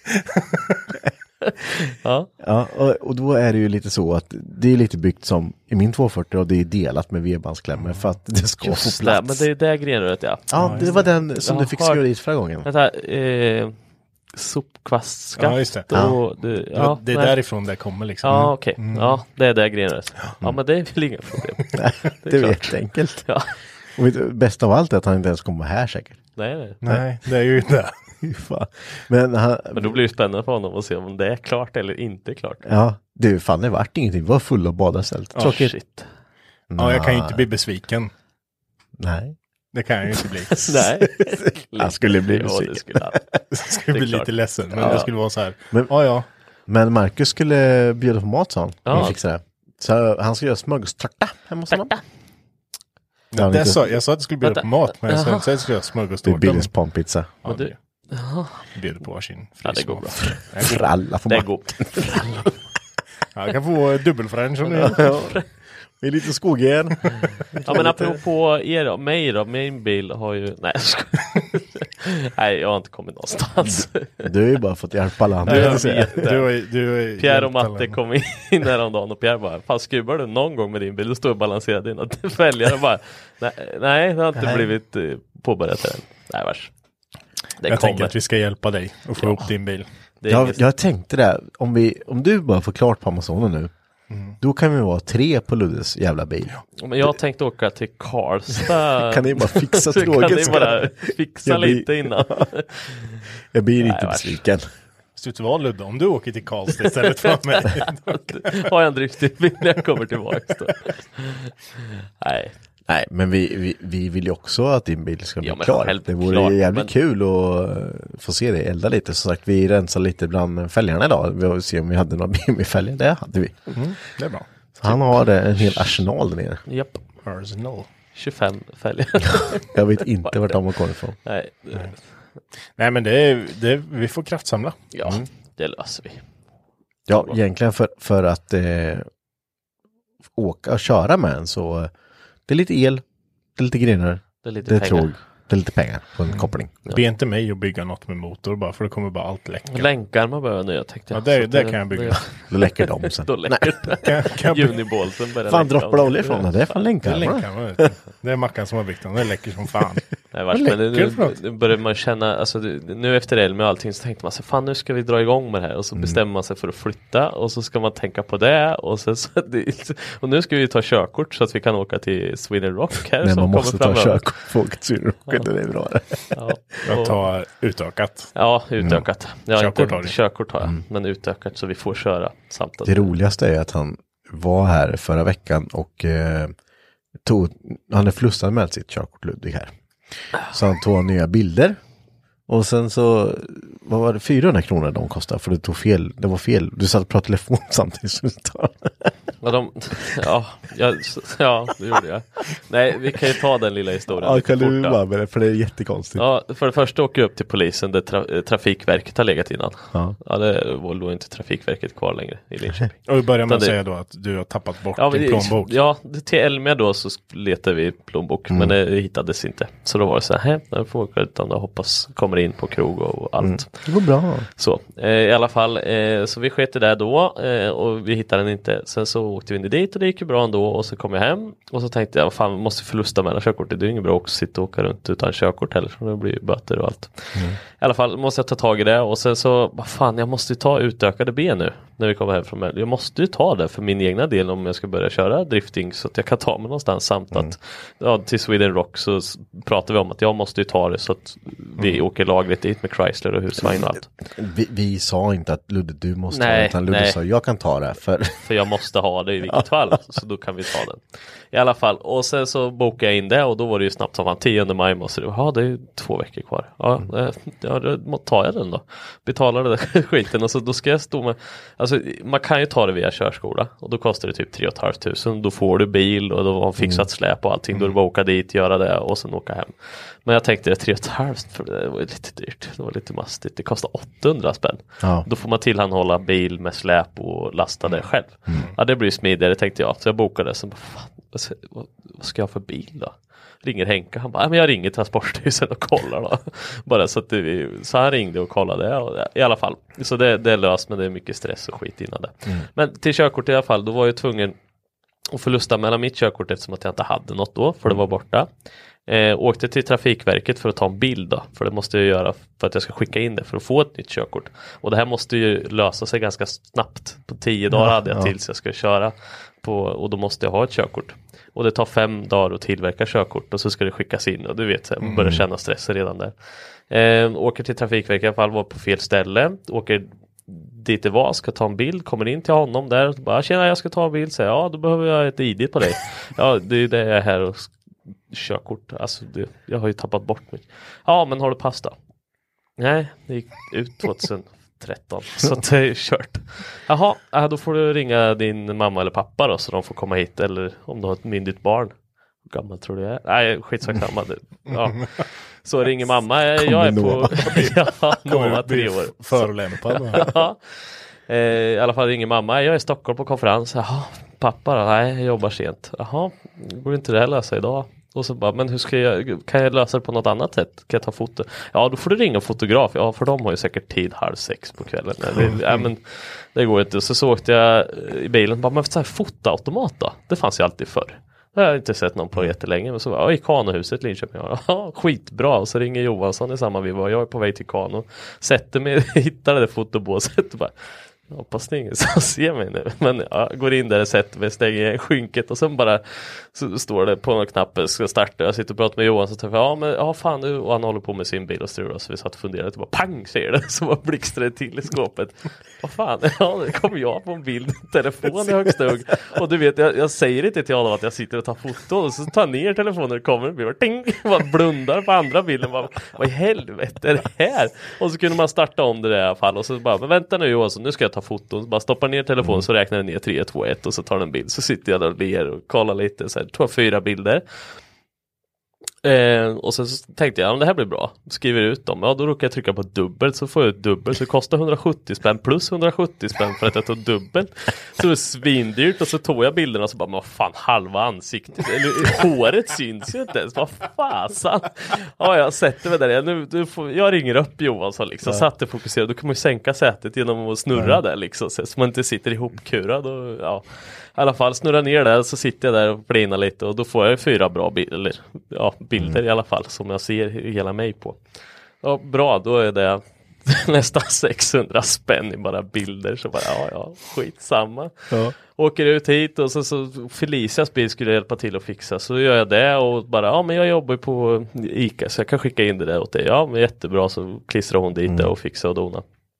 Ja, och då är det ju lite så att det är lite byggt som i min 240 och det är delat med vedbandsklämmor för att det ska få plats. Men det är det grenröret, Ja, det var den som du fick skruva dit förra gången. Sopkvastskatt. Ja, just det. Och det är därifrån det kommer liksom. Ja, okej. Ja, det är det grenröret. Ja, men det är väl inga problem. Det är jätteenkelt. Ja. Och bäst av allt är att han inte ens kommer här säkert. Nej, det är ju det. Men då blir det spännande för honom att se om det är klart eller inte klart. Ja, det fan det vart ingenting. Det var full av badarstält. Shit. Ja, jag kan ju inte bli besviken. Nej. Det kan jag ju inte bli. Nej. Jag skulle bli besviken. Jag skulle bli lite ledsen. Men det skulle vara så här. Men Marcus skulle bjuda på mat, sa han. Ja. Så han ska göra smörgåstårta hemma hos honom. Jag sa att jag skulle bjuda på mat. Men jag sa att jag skulle göra smörgåstårta. Det är Billys panpizza. Bjuder på varsin frys. Ja, det går bra. Fralla får man. Det går. Jag kan få dubbelfränch om ni Det är lite skogen. Ja, men apropå mig då, min bil har ju... Nej, jag har inte kommit någonstans. Du har ju bara fått hjälp alla andra. Pierre och Matte kom in häromdagen och Pierre bara, fan skruvar du någon gång med din bil? Du står och balanserar dina fälgar och bara, nej, det har inte blivit påbörjat än. Nej, vars. Jag tänker att vi ska hjälpa dig att få ihop din bil. Jag tänkte det, om du bara får klart på Amazonen nu, då kan vi vara 3 på Luddes jävla bil. Men jag tänkte åka till Karlstad. Kan ni bara fixa tråget? Kan ni bara fixa lite innan? Jag blir inte besviken. Vet du vad, Ludde? Om du åker till Karlstad istället för mig. Har jag en driftig bil när jag kommer tillbaka då? Nej, men vi vill ju också att din bil ska bli klar. Det vore jävligt kul att få se dig elda lite. Så sagt, vi rensar lite bland fälgarna idag. Vi vill se om vi hade några BMW-fälgar. Det hade vi. Det är bra. Så han har en hel arsenal där nere. Japp. Arsenal. 25 fälgar. Jag vet inte vart de har kommit ifrån. Nej, men vi får kraftsamla. Ja, det löser vi. Ja, egentligen för att åka och köra med en så... Det är lite el, det är lite grenar, det är tråg, det är lite pengar på en koppling. Be inte mig att bygga något med motor bara, för det kommer bara allt läcka. Länkar man behöver nya, tänkte jag. Ja, det kan jag bygga. Då läcker de sen. Då läcker Unibolten börjar. Fan, droppar olja ifrån det. Det är fan länkar. Det är Mackan som har byggt den. Det läcker som fan. Nej, nu börjar man känna, alltså nu efter Elm och allting så tänkte man sig, fan nu ska vi dra igång med det här. Och så bestämmer man sig för att flytta och så ska man tänka på det. Och och nu ska vi ta körkort så att vi kan åka till Sweden Rock här. Nej, man måste ta körkort för att åka till Sweden Rock. Det är bra. Jag tar utökat. Ja, utökat. Körkort har jag, men utökat så vi får köra samtidigt. Det roligaste är att han var här förra veckan och han hade flussat med sitt körkort, Ludvig här. Så han tog nya bilder. Och sen så, vad var det, 400 kronor de kostade för det var fel. Du satt och pratade telefon samtidigt. Ja, det gjorde jag. Nej, vi kan ju ta den lilla historien. Ja, kan du bara berätta, för det är jättekonstigt. Ja, för det första åker jag upp till polisen där Trafikverket har legat innan. Ja, det var då inte Trafikverket kvar längre i Linköping. Och vi börjar med att säga då att du har tappat bort din plånbok. Ja, till Elmia då så letade vi plånbok, men det hittades inte. Så då var det så här, jag får åka utan att hoppas kommer in på krog och allt. Det går bra. Så, i alla fall, så vi sket det där då och vi hittade den inte. Sen så åkte vi in dit och det gick ju bra ändå och så kom jag hem och så tänkte jag, fan, måste förlusta mellan körkortet. Det är ju inget bra att sitta och åka runt utan körkort heller, så det blir ju böter och allt. I alla fall måste jag ta tag i det och sen så, vad fan, jag måste ju ta utökade ben nu när vi kommer hem från Mellan. Jag måste ju ta det för min egna del om jag ska börja köra drifting så att jag kan ta mig någonstans samt att till Sweden Rock så pratar vi om att jag måste ju ta det så att vi åker lagligt dit med Chrysler och husvagn och allt. Vi sa inte att Ludde, du måste ta det, utan Ludde sa, jag kan ta det. För jag måste ha det i vilket fall, så då kan vi ta den. I alla fall, och sen så bokade jag in det och då var det ju snabbt som fan 10 maj måste det. Ja, det är ju 2 veckor kvar. Då tar jag den då. Betalar det där skiten och så då ska jag stå med, alltså man kan ju ta det via körskola och då kostar det typ 3 500. Då får du bil och då har fixat släp och allting. Då är det bara åka dit, göra det och sen åka hem. Men jag tänkte 3 500 för det var lite dyrt. Det var lite mastigt. Det kostar 800 spänn. Ja. Då får man tillhandahålla bil med släp och lasta det själv. Ja, det blir smidigare tänkte jag. Så jag bokade. Så fan, vad ska jag för bil då? Ringer Henke, han bara, men jag ringer Transportstyrelsen och kollar då. Bara så att så han ringde och kollade och i alla fall. Så det är löst, men det är mycket stress och skit innan det. Men till körkort i alla fall, då var jag tvungen att förlusta mellan mitt körkort eftersom att jag inte hade något då, för det var borta. Åkte till Trafikverket för att ta en bild då, för det måste jag göra för att jag ska skicka in det för att få ett nytt körkort. Och det här måste ju lösa sig ganska snabbt. På 10 dagar hade jag tills jag ska köra och då måste jag ha ett körkort. Och det tar 5 dagar att tillverka körkort och så ska det skickas in och du vet, jag börjar känna stress redan där. Åker till Trafikverket i alla fall, var på fel ställe, åker dit det var, ska ta en bild, kommer in till honom där och bara, tjena, jag ska ta en bild, säger ja, då behöver jag ett ID på dig. Ja, det är det jag är här och körkort, alltså jag har ju tappat bort mig. Ja, men har du pass då? Nej, det gick ut 2013 så det är kört. Jaha, då får du ringa din mamma eller pappa då så de får komma hit, eller om du har ett myndigt barn. Hur gammal tror du jag är? Nej, skitsamma. Ja. Så ringer mamma, jag är på Nova 3 år. Förolämpad. Ja. I alla fall ringer mamma, jag är i Stockholm på konferens. Jaha, pappa då? Nej, jag jobbar sent. Jaha, går inte det här lösa idag? Och så bara, men hur kan jag lösa det på något annat sätt? Kan jag ta foto? Ja, då får du ringa fotograf. Ja, för de har ju säkert tid 5:30 på kvällen. Men det går inte. Så åkte jag i bilen, bara, men så här, fotoautomat då? Det fanns ju alltid förr. Jag har inte sett någon på jättelänge. Men så var i Kanohuset Linköping. Ja, skitbra. Och så ringer Johansson i samma viva. Jag är på väg till Kano. Sätter mig, hittar det fotobåset och bara, jag hoppas det är ingen som ser mig nu. Men jag går in där och sätter mig, stänger skynket och sen bara så står det på någon knapp ska starta. Jag sitter och pratar med Johan så tänker fan nu, och han håller på med sin bil och strular, så vi satt och funderade och bara pang säger det, så bara blixtrade till i skåpet. Vad fan, det kommer jag på en bild, telefon i högsta hugg. Och du vet, jag säger inte till honom att jag sitter och tar foto och så tar jag ner telefonen och kommer och blir ting, man blundar på andra bilden, vad i helvete är det här? Och så kunde man starta om det där i alla fall och så bara, men vänta nu Johan, så nu ska jag ta foton, så bara stoppar ner telefonen så räknar den ner 3, 2, 1 och så tar den en bild, så sitter jag där och ler och kollar lite, så här, tar 4 bilder. Och sen så tänkte jag, det här blir bra, skriver ut dem, då råkar jag trycka på dubbelt, så får jag ett dubbelt, så det kostar 170 spänn plus 170 spänn för att jag tog dubbelt, så det är svindyrt. Och så tog jag bilderna och så bara, men vad fan, halva ansiktet eller håret syns ju inte ens, vad fasan. Ja, jag sätter mig där, jag ringer upp Johansson liksom, satt och fokuserade, då kan man ju sänka sätet genom att snurra där liksom, så man inte sitter ihopkurad och ja. I alla fall snurra ner där, så sitter jag där och plinar lite och då får jag 4 bra bilder i alla fall som jag ser hela mig på. Ja, bra, då är det nästan 600 spänn i bara bilder, så bara skitsamma. Ja. Åker ut hit och så Felicias bil skulle hjälpa till att fixa, så gör jag det och bara, men jag jobbar på ICA så jag kan skicka in det där åt dig. Ja, men jättebra, så klistrar hon dit och fixar och dona.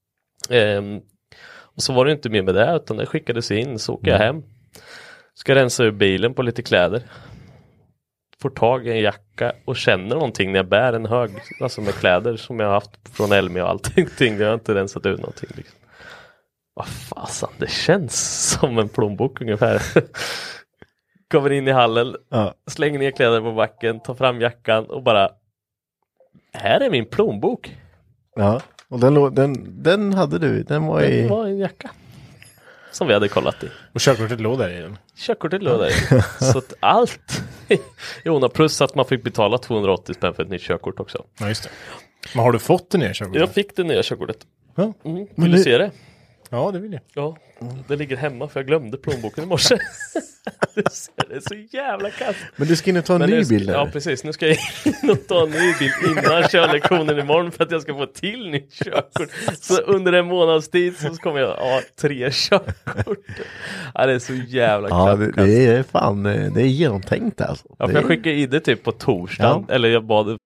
Och så var det inte mer med det, utan det skickades in, så åker jag hem. Ska rensa ur bilen på lite kläder. Får tag i en jacka och känner någonting när jag bär en hög, alltså med kläder som jag har haft från Elmia och allting. Jag har inte rensat ut någonting liksom. Vad fasen, det känns som en plånbok ungefär. Kommer in i hallen, slänger ner kläder på backen, tar fram jackan och bara, här är min plånbok. Ja, och den hade du, den var en jacka. Som vi hade kollat i. Och körkortet låg där i den? Körkortet låg där i. Så att allt. Jona, plus att man fick betala 280 spänn för ett nytt körkort också. Ja, just det. Men har du fått det nya körkortet? Jag fick det nya körkortet. Ja. Vill du se det? Ja, det vill jag. Ja, det ligger hemma för jag glömde plånboken i morse. Du ser, det är så jävla kast. Men du ska in och ta en ny bild? Ja, precis. Nu ska jag in och ta en ny bild innan körlektionen imorgon för att jag ska få till nytt körkort. Så under en månads tid så kommer jag ha 3 körkort. Ja, det är så jävla kast. Ja, det är fan, det är genomtänkt alltså. Ja, för jag skickade i det typ på torsdagen. Ja. Eller jag bad.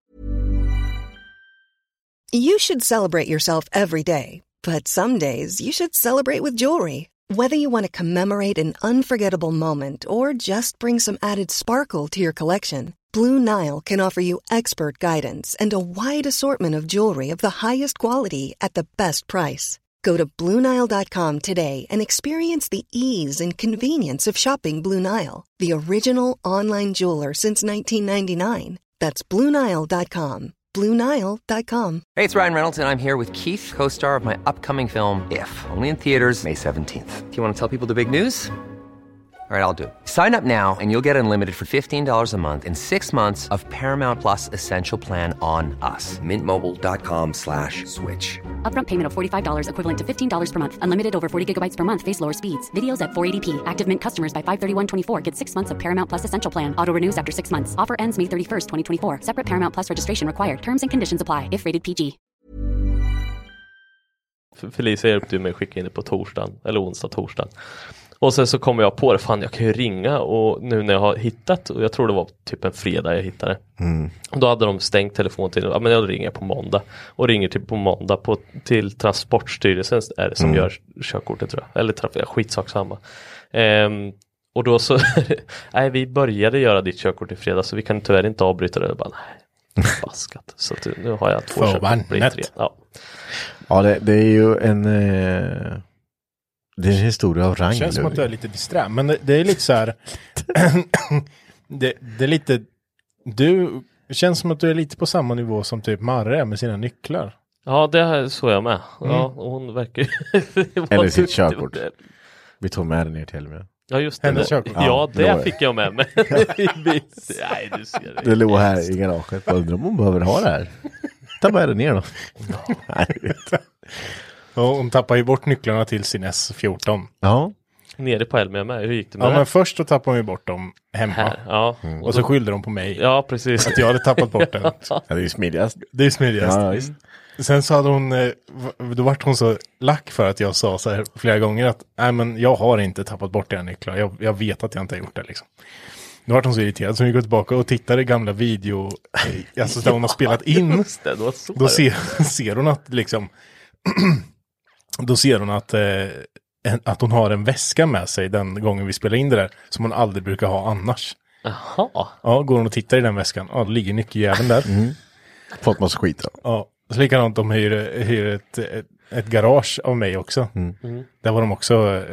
You should celebrate yourself every day. But some days you should celebrate with jewelry. Whether you want to commemorate an unforgettable moment or just bring some added sparkle to your collection, Blue Nile can offer you expert guidance and a wide assortment of jewelry of the highest quality at the best price. Go to BlueNile.com today and experience the ease and convenience of shopping Blue Nile, the original online jeweler since 1999. That's BlueNile.com. BlueNile.com. Hey, it's Ryan Reynolds, and I'm here with Keith, co-star of my upcoming film, If, only in theaters May 17th. Do you want to tell people the big news? All right, I'll do it. Sign up now and you'll get unlimited for $15 a month and 6 months of Paramount Plus Essential Plan on us. MintMobile.com/switch. Upfront payment of $45 equivalent to $15 per month. Unlimited over 40 gigabytes per month. Face lower speeds. Videos at 480p. Active Mint customers by 531.24 get 6 months of Paramount Plus Essential Plan. Auto renews after 6 months. Offer ends May 31st, 2024. Separate Paramount Plus registration required. Terms and conditions apply if rated PG. Felicia hjälpte mig skicka in det på torsdagen, eller onsdag. Och sen så kommer jag på det, fan jag kan ju ringa, och nu när jag har hittat, och jag tror det var typ en fredag jag hittade. Då hade de stängt telefon till, men jag ringer på måndag. Och ringer typ på måndag till Transportstyrelsen är det som gör körkortet, tror jag. Eller skitsak samma. Och då så, nej, vi började göra ditt körkort i fredag, så vi kan tyvärr inte avbryta det. Bara, nej, baskat. Så nu har jag 2 körkort, blir 3. Ja, det är ju en... Det är en historia av rang. Det känns som att du är lite disträ. Men det är lite så här... det är lite... Du känns som att du är lite på samma nivå som typ Marre är med sina nycklar. Ja, det såg jag med. Ja, och hon verkar... Eller sitt körkort. Vi tog med den ner till Elmia. Ja, just det. Ja, det fick jag med mig. Nej, du ser det. Det låg här i garaget. Undrar om hon behöver ha det här. Ta med det ner då. Nej, och hon tappar ju bort nycklarna till sin S14. Ja. Nere på Elmia med. Hur gick det med det? Men först då tappade hon ju bort dem hemma. Här, ja. Och så skyllde de på mig. Ja, precis. Att jag hade tappat bort den. Ja, det är ju smidigast. Det är smidigast. Ja, visst. Sen så hade hon, då vart hon så lack för att jag sa så här flera gånger att nej, men jag har inte tappat bort era nycklar. Jag vet att jag inte har gjort det liksom. Då var hon så irriterad så hon gick tillbaka och tittade i gamla video, alltså där hon har spelat in. Då ser hon att liksom då ser hon att hon har en väska med sig den gången vi spelar in det där som hon aldrig brukar ha annars. Jaha. Ja, går hon och tittar i den väskan. Ja, det ligger nyckeljäveln där. Fått massa skit då. Ja, så likadant de hyr ett garage av mig också. Där var de också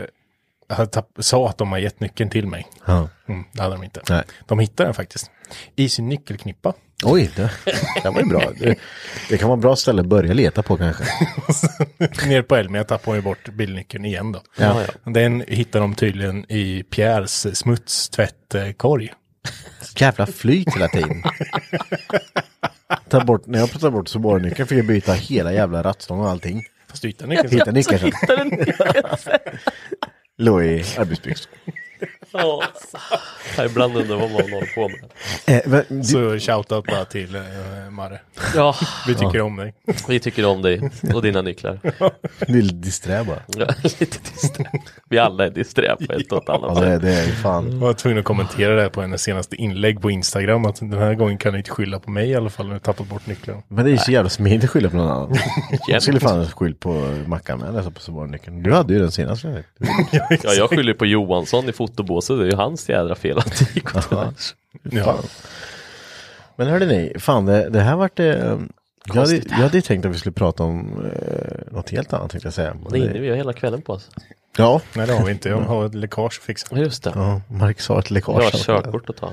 sa att de har gett nyckeln till mig. Ja. Det hade de inte. Nej. De hittade den faktiskt i sin nyckelknippa. Oj, det var ju bra. Det kan vara ett bra ställe att börja leta på kanske. Ner på Elmia tappade jag bort bilnyckeln igen då. Ja. Den hittade de tydligen i Pierres smutstvättkorg. Jävla flyt hela tiden. När jag pratade bort så bara nyckeln fick jag byta hela jävla rattstång och allting. Fast du hittade nyckeln. Låg i arbetsbyx. Ja, ibland undrar vad man håller på med. Så shoutout bara till Marre. Ja. Vi tycker om dig. Vi tycker om dig och dina nycklar. Lite disträ bara. Ja, lite disträ. Vi alla är disträ på ett och annat sätt. Det är fan. Jag var tvungen att kommentera det på hennes senaste inlägg på Instagram. Att den här gången kan du inte skylla på mig i alla fall när jag tappat bort nycklarna. Men det är så jävla smidigt att skylla på någon annan. Jag skulle fan skylla på Mackan med eller så var nyckeln. Du hade ju den senaste. Ja, jag skyller på Johansson i fotobåset. Det är ju hans jädra fel att det gick åt Ja. Men hörde ni, fan det här vart det... Jag hade tänkt att vi skulle prata om något helt annat, tänkte jag säga. Det är inne vi har hela kvällen på oss. Ja. Nej, det har vi inte. Jag har ett läckage att fixa. Just det. Ja, Mark sa ett läckage. Jag har körkort att ta.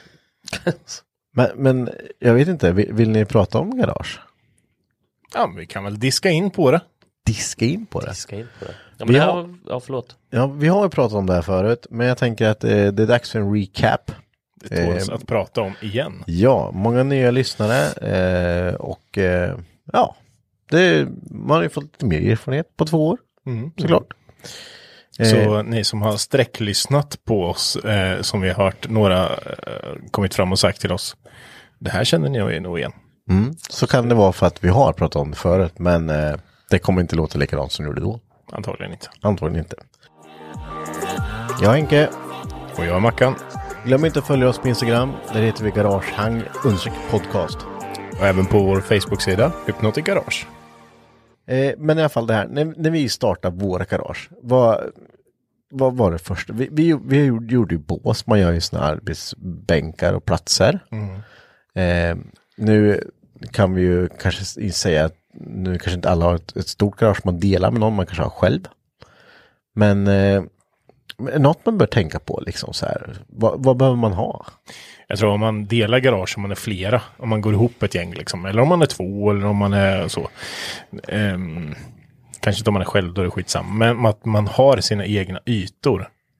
Men jag vet inte, vill ni prata om garage? Ja, men vi kan väl diska in på det. Diska in på det? Ja, men förlåt. Ja, vi har ju pratat om det här förut, men jag tänker att det är dags för en recap. Det tåls att prata om igen. Ja, många nya lyssnare och man har ju fått lite mer erfarenhet på 2 år, såklart. Så ni som har sträcklyssnat på oss, som vi har hört några kommit fram och sagt till oss, det här känner ni nog igen. Så kan det vara för att vi har pratat om det förut, men det kommer inte låta likadant som det gjorde då. Antagligen inte. Jag är Henke. Och jag är Mackan. Glöm inte att följa oss på Instagram. Där heter vi Garagehang_podcast. Och även på vår Facebook-sida, Hypnotic Garage. Men i alla fall det här. När vi startade våra garage. Vad var det första? Vi gjorde ju bås. Man gör ju såna arbetsbänkar och platser. Nu kan vi ju kanske säga att nu kanske inte alla har ett stort garage man delar med någon. Man kanske har själv. Men något man bör tänka på liksom så här. Vad behöver man ha? Jag tror om man delar garage, om man är flera, om man går ihop ett gäng liksom, eller om man är 2 eller om man är så. Kanske inte om man är själv, då är det skitsamma. Men att man har sina egna ytor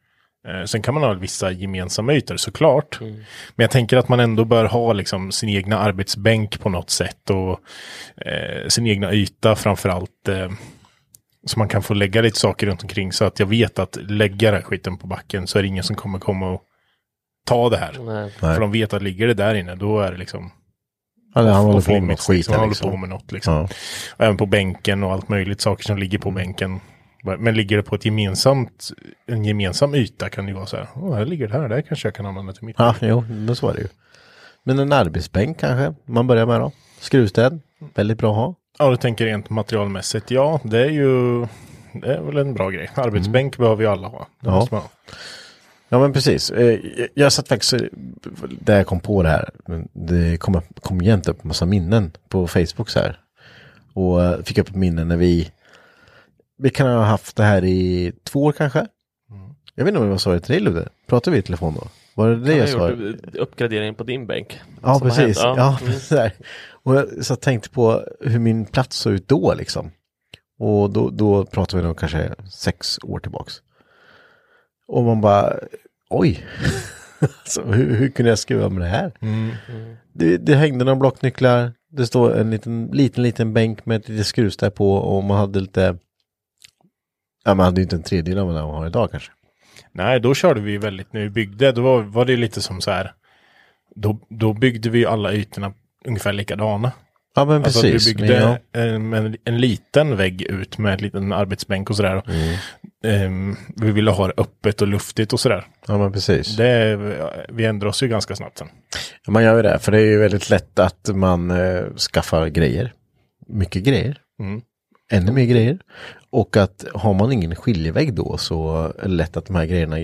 Sen kan man ha vissa gemensamma ytor såklart. Men jag tänker att man ändå bör ha liksom sin egna arbetsbänk på något sätt. Och sin egna yta framförallt. Så man kan få lägga lite saker runt omkring. Så att jag vet att lägga den skiten på backen så är det ingen som kommer komma och ta det här. Nej. För de vet att ligger det där inne då är det liksom... Han håller på med något skit. Han håller på med något liksom. Ja. Och även på bänken och allt möjligt. Saker som ligger på bänken. Men ligger det på en gemensam yta kan det ju vara så här. Här ligger det här. Där kanske jag kan använda till mitt. Ja, jo, men så är det ju. Men en arbetsbänk kanske man börjar med då. Skruvstäd. Väldigt bra att ha. Ja, du tänker rent materialmässigt. Ja, det är väl en bra grej. Arbetsbänk behöver vi alla ha. Ja, men precis. Jag satt faktiskt där jag kom på det här. Det kom jämt upp en massa minnen på Facebook så här. Och fick upp ett minne när vi kan ha haft det här i 2 år kanske. Jag vet inte om jag sa det till dig, Ludde. Pratade vi i telefon då? Var det jag sa? Uppgraderingen på din bänk. Ja, precis. Ja, så här. Och jag tänkte på hur min plats såg ut då liksom. Och då pratade vi nog kanske 6 år tillbaks. Och man bara, oj. Så hur kunde jag skruva med det här? Det hängde några blocknycklar. Det står en liten bänk med ett litet skruvstäd på. Och man hade lite... Ja, man hade ju inte en tredjedel av vad man har idag kanske. Nej, då körde vi väldigt... När vi byggde, då var det lite som så här... Då byggde vi alla ytorna ungefär likadana. Ja, men precis. Alltså, vi byggde en liten vägg ut med en liten arbetsbänk och sådär. Vi ville ha det öppet och luftigt och sådär. Ja, men precis. Vi ändrar oss ju ganska snabbt sen. Ja, man gör ju det, för det är ju väldigt lätt att man skaffar grejer. Mycket grejer. Ännu mer grejer. Och att har man ingen skiljevägg då så är det lätt att de här grejerna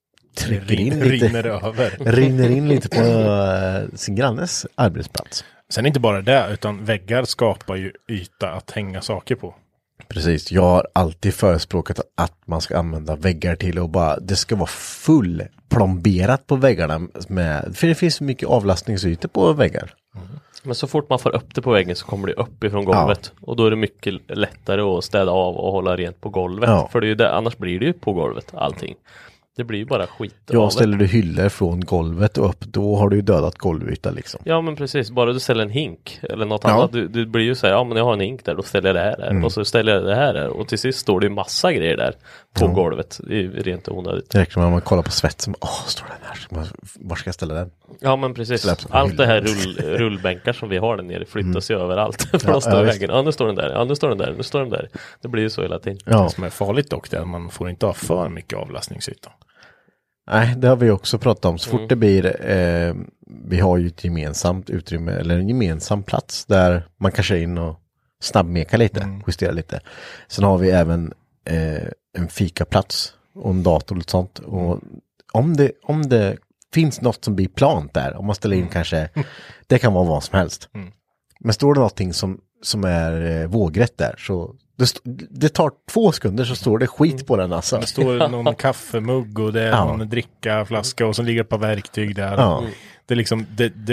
rinner in lite på sin grannes arbetsplats. Sen inte bara det, utan väggar skapar ju yta att hänga saker på. Precis, jag har alltid förespråkat att man ska använda väggar till och bara, det ska vara full plomberat på väggarna för det finns så mycket avlastningsytor på väggar. Men så fort man får upp det på väggen så kommer det upp ifrån golvet. Ja. Och då är det mycket lättare att städa av och hålla rent på golvet. Ja. För det är ju det, annars blir det ju på golvet allting. Det blir ju bara skit. Ställer du hyllor från golvet och upp, då har du ju dödat golvyta liksom. Ja, men precis. Bara du ställer en hink eller något annat. Du blir ju så här, ja men jag har en hink där, då ställer jag det här där. Och så ställer jag det här där. Och till sist står det ju massa grejer där på golvet. Det är ju rent onödigt. Det räcker med att man kollar på svett som, står den här? Var ska jag ställa den? Ja, men precis. Allt det här rullbänkar som vi har där nere flyttas ju överallt. För att stå i vägen. Ja, nu står den där. Ja, nu står den där. Nu står den där. Det blir ju så hela tiden. Ja. Det som är farligt dock, det är att man får inte ha för mycket avlastningsyta. Nej, det har vi också pratat om. Så fort det blir, vi har ju ett gemensamt utrymme eller en gemensam plats där man kan köra in och snabbmeka lite, justera lite. Sen har vi även en fikaplats och en dator och sånt. Och om det finns något som blir plant där, om man ställer in kanske, det kan vara vad som helst. Men står det någonting som är vågrätt där, så det tar 2 sekunder så står det skit på den alltså. Det står någon kaffemugg och det är någon drickaflaska och så ligger ett par verktyg där. Ja. Det är liksom,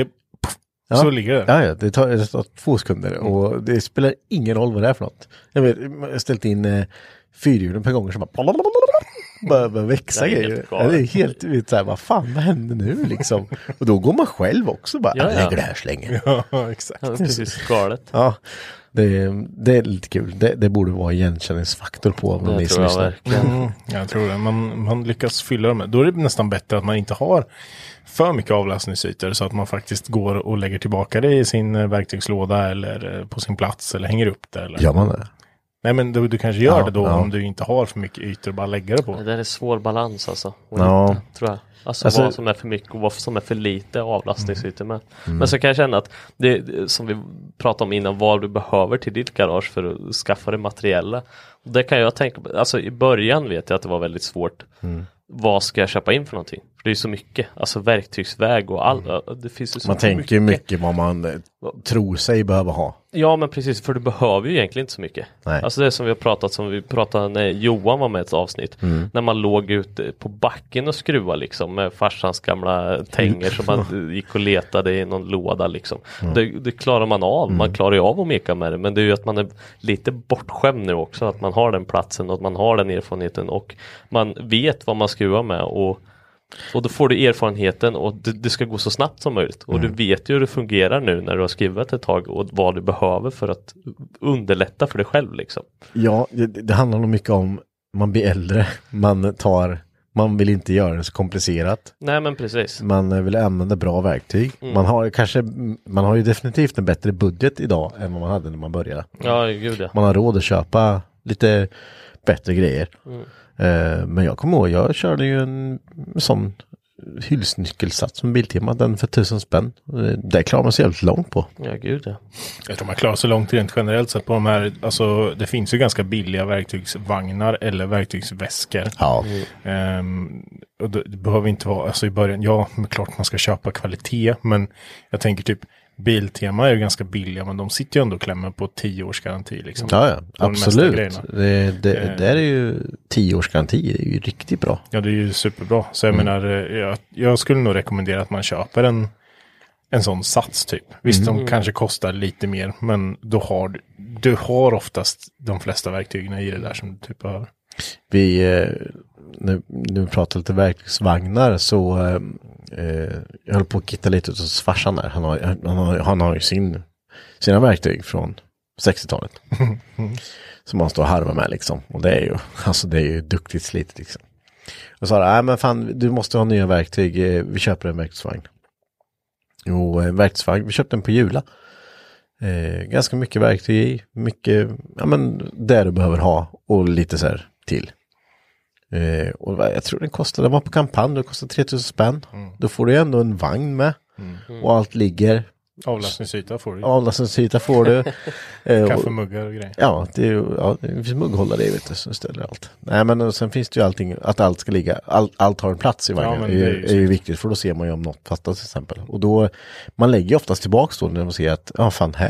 så ligger det. Ja, det tar 2 sekunder och det spelar ingen roll vad det är för något. Jag har ställt in 4-hjulen per gånger som bara växa grejer. Det är helt så här, vad fan, vad händer nu liksom? Och då går man själv också bara, lägger det här så länge. Ja, exakt. Ja, precis, galet. Ja. Det är lite kul. Det borde vara igenkänningsfaktor på. Det tror jag verkligen. Jag tror det. Man lyckas fylla dem. Då är det nästan bättre att man inte har för mycket avlastningsytor så att man faktiskt går och lägger tillbaka det i sin verktygslåda eller på sin plats eller hänger upp det. Eller. Gör man det? Nej, men du kanske gör det då om du inte har för mycket ytor att bara lägga det på. Det där är svår balans alltså. Ja. Tror jag. Alltså vad som är för mycket och vad som är för lite avlastningsytor med. Men så kan jag känna att det som vi pratade om innan, vad du behöver till ditt garage för att skaffa det materiella. Och det kan jag tänka på, alltså i början vet jag att det var väldigt svårt. Vad ska jag köpa in för någonting? För det är så mycket, alltså verktygsväg och allt. Det finns ju så man tänker mycket vad man tror sig behöva ha. Ja, men precis, för du behöver ju egentligen inte så mycket. Nej. Alltså det som vi pratade när Johan var med ett avsnyt. När man låg ute på backen och skruva liksom med farsans gamla tänger som man gick och letade i någon låda liksom. Det klarar man av. Man klarar ju av att meka med det, men det är ju att man är lite bortskämd nu också, att man har den platsen och att man har den erfarenheten och man vet vad man skruvar med och då får du erfarenheten och det ska gå så snabbt som möjligt. Och du vet ju hur det fungerar nu när du har skrivit ett tag och vad du behöver för att underlätta för dig själv liksom. Ja, det handlar nog mycket om man blir äldre. Man vill inte göra det så komplicerat. Nej, men precis. Man vill använda bra verktyg. Man har ju definitivt en bättre budget idag än vad man hade när man började. Ja, gud ja. Man har råd att köpa lite bättre grejer. Men jag kommer ihåg, jag körde ju en sån hylsnyckelsats som Biltema, den för 1000 spänn. Det klarar man sig jävligt långt på. Ja, gud ja. Jag tror man klarar sig långt rent generellt sett på de här, alltså det finns ju ganska billiga verktygsvagnar eller verktygsväskor. Ja. Och det behöver inte vara, alltså i början, ja, men klart man ska köpa kvalitet, men jag tänker typ Biltema är ju ganska billiga, men de sitter ju ändå och klämmer på 10 års garanti liksom. Ja, absolut. Det är ju 10 års garanti, det är ju riktigt bra. Ja, det är ju superbra. Så jag menar, jag skulle nog rekommendera att man köper en sån sats typ. Visst, de kanske kostar lite mer, men du har oftast de flesta verktygen i det där som du typ behöver. Nu vi pratar lite verktygsvagnar så jag håller på att kitta lite hos farsan där. Han har ju sina verktyg från 60-talet. Som man står och harvar med liksom. Och det är ju duktigt slitet liksom. Och sa nej men fan, du måste ha nya verktyg. Vi köper en verktygsvagn. Jo, en verktygsvagn. Vi köpte den på Jula. Ganska mycket verktyg i. Mycket, ja men det du behöver ha. Och lite så här till. Och jag tror den var på kampanj, det kostar 3000 spänn. Då får du ändå en vagn med. Och allt ligger. Avlastningsyta får du. Kaffemuggar och grejer. Ja, det finns mugghållare i, vet du, så ställer allt. Nej, men sen finns det ju allting, att allt ska ligga, allt har en plats i vagnen. Ja, det är ju viktigt, för då ser man ju om något fattas till exempel. Och då, man lägger ju oftast tillbaka då när man ser att,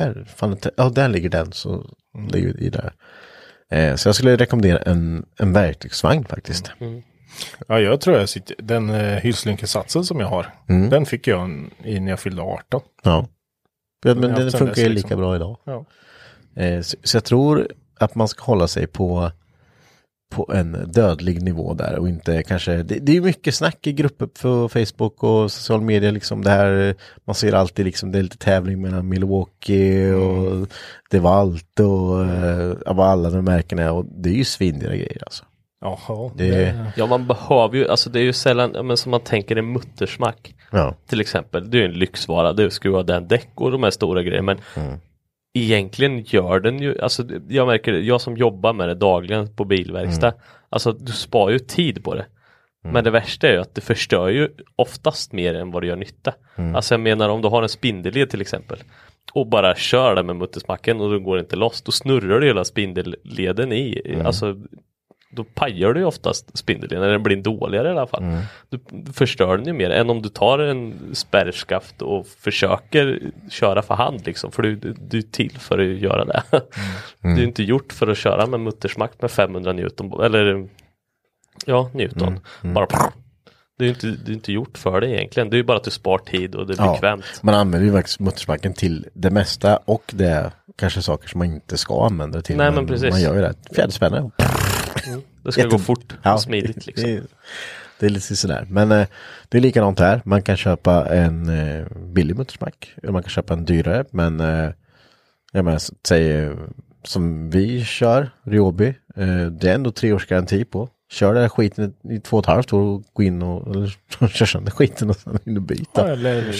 där ligger den, så ligger det i där. Så jag skulle rekommendera en verktygsvagn faktiskt. Ja, jag tror den hylslynkesatsen som jag har, den fick jag när jag fyllde 18. Ja, men den funkar ju lika bra idag. Ja. Så jag tror att man ska hålla sig på en dödlig nivå där och inte kanske, det är ju mycket snack i grupper på Facebook och social media liksom, det här, man ser alltid liksom, det är lite tävling mellan Milwaukee och DeWalt och vad alla de märkena är, och det är ju svindiga grejer alltså. Jaha. Ja, man behöver ju, alltså det är ju sällan, men som man tänker en muttersmack till exempel, det är ju en lyxvara, det är att skruva den däck och de här stora grejerna, men egentligen gör den ju, alltså jag märker det, jag som jobbar med det dagligen på bilverkstad, alltså du spar ju tid på det. Men det värsta är ju att det förstör ju oftast mer än vad det gör nytta. Alltså jag menar, om du har en spindelled till exempel och bara kör den med muttersmacken och den går inte loss, då snurrar du hela spindelleden i, alltså då pajar du ju oftast spindelleden, eller den blir dåligare i alla fall. Du förstör den ju mer än om du tar en spärrskaft och försöker köra för hand liksom, för du är till för att göra det. Du är inte gjort för att köra med muttersmack med 500 Newton, eller Newton. Bara det är inte gjort för det egentligen. Det är ju bara att du spar tid och det är bekvämt. Man använder ju faktiskt muttersmacken till det mesta, och det är kanske saker som man inte ska använda det till. Nej, men precis. Man gör ju det. Fjäderspännare. Det ska gå fort och smidigt liksom. Det är lite sådär. Men det är likadant här. Man kan köpa en billig muttersmack. Eller man kan köpa en dyrare. Men jag menar, säg som vi kör, Ryobi. Det är ändå 3 års garanti på. Kör den här skiten i 2,5 år och gå in och kör sönder skiten och sen in och byta. Ja, eller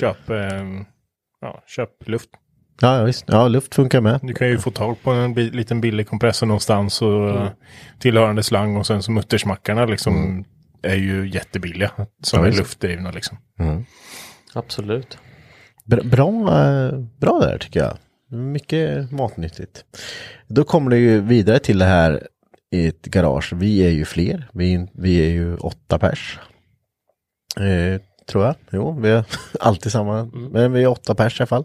köp luft. Ja, visst. Ja, luft funkar med. Du kan ju få tag på en liten billig kompressor någonstans och tillhörande slang, och sen så muttersmackarna liksom är ju jättebilliga som är luftdrivna liksom. Absolut. Bra där tycker jag. Mycket matnyttigt. Då kommer det ju vidare till det här i ett garage. Vi är ju fler. Vi är ju 8 pers. Tror jag. Jo, vi är alltid samma. Men vi är 8 pers i alla fall.